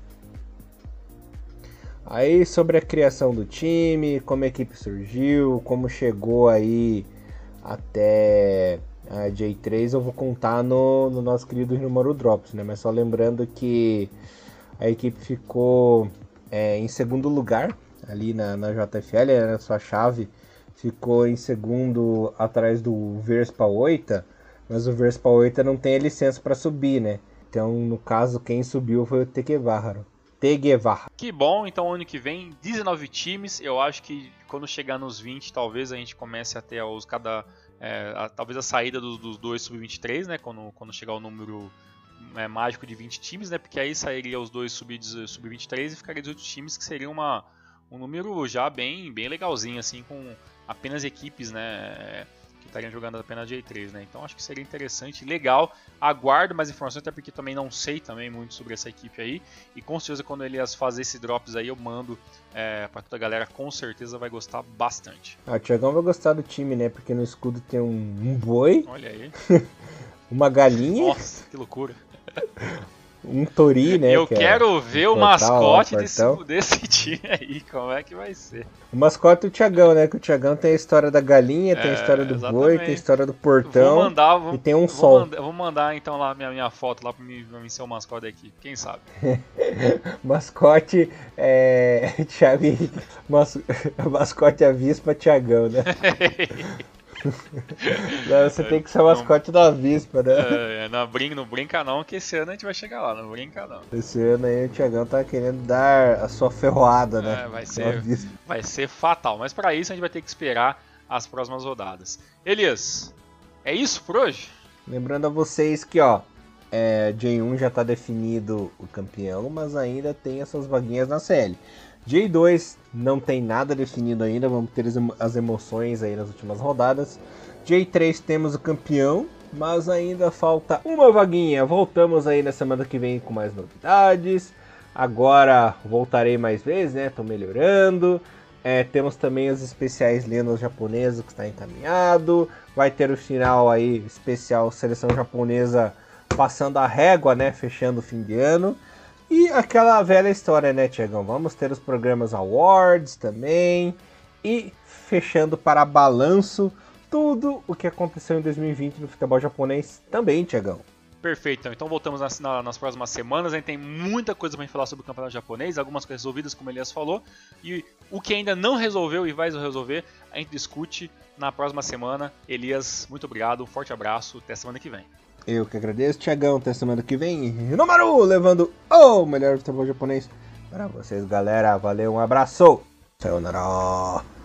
Aí sobre a criação do time, como a equipe surgiu, como chegou aí até a J3, eu vou contar no nosso querido número Drops, né? Mas só lembrando que a equipe ficou em segundo lugar ali na JFL, na sua chave, ficou em segundo atrás do Verspa 8, mas o Verspa 8 não tem a licença para subir, né? Então, no caso, quem subiu foi o Tegevaharo. Teguevara. Que bom, então ano que vem 19 times, eu acho que quando chegar nos 20 talvez a gente comece a ter talvez a saída dos dois sub-23, né, quando chegar o número mágico de 20 times, né, porque aí sairia os dois sub-23 e ficaria 18 times, que seria um número já bem legalzinho, assim, com apenas equipes, né, que estariam jogando apenas J3, né, então acho que seria interessante, legal, aguardo mais informações, até porque também não sei também muito sobre essa equipe aí, e com certeza quando eles fazem esse drops aí eu mando pra toda a galera, com certeza vai gostar bastante. O Thiagão vai gostar do time, né, porque no escudo tem um boi, olha aí, uma galinha, nossa, que loucura. Um tori, né? Eu quero ver o mascote desse time aí, como é que vai ser. O mascote é o Thiagão, né? Que o Thiagão tem a história da galinha, tem a história do boi, tem a história do portão e tem um sol. Vou mandar então lá minha foto lá pra mim ser o mascote aqui, quem sabe. Mascote Thiago, mascote avispa Thiagão, né? Não, você tem que ser o mascote da avispa, né? Não brinca não, que esse ano a gente vai chegar lá, não brinca não. Esse ano aí o Thiagão tá querendo dar a sua ferroada, né? Vai ser fatal, mas para isso a gente vai ter que esperar as próximas rodadas. Elias, é isso por hoje? Lembrando a vocês que, ó, J1 já tá definido o campeão, mas ainda tem essas vaguinhas na CL. J2 não tem nada definido ainda, vamos ter as emoções aí nas últimas rodadas. J3 temos o campeão, mas ainda falta uma vaguinha. Voltamos aí na semana que vem com mais novidades. Agora voltarei mais vezes, né? Tô melhorando. Temos também os especiais lendas japonesas que está encaminhado. Vai ter o final aí especial seleção japonesa passando a régua, né? Fechando o fim de ano. E aquela velha história, né, Thiagão? Vamos ter os programas Awards também. E fechando para balanço tudo o que aconteceu em 2020 no futebol japonês também, Thiagão. Perfeito, então voltamos nas próximas semanas. A gente tem muita coisa para falar sobre o campeonato japonês, algumas coisas resolvidas, como o Elias falou. E o que ainda não resolveu e vai resolver, a gente discute na próxima semana. Elias, muito obrigado, um forte abraço, até semana que vem. Eu que agradeço, Thiagão, até semana que vem. Nomaru, levando o melhor futebol japonês para vocês, galera. Valeu, um abraço. Sayonara.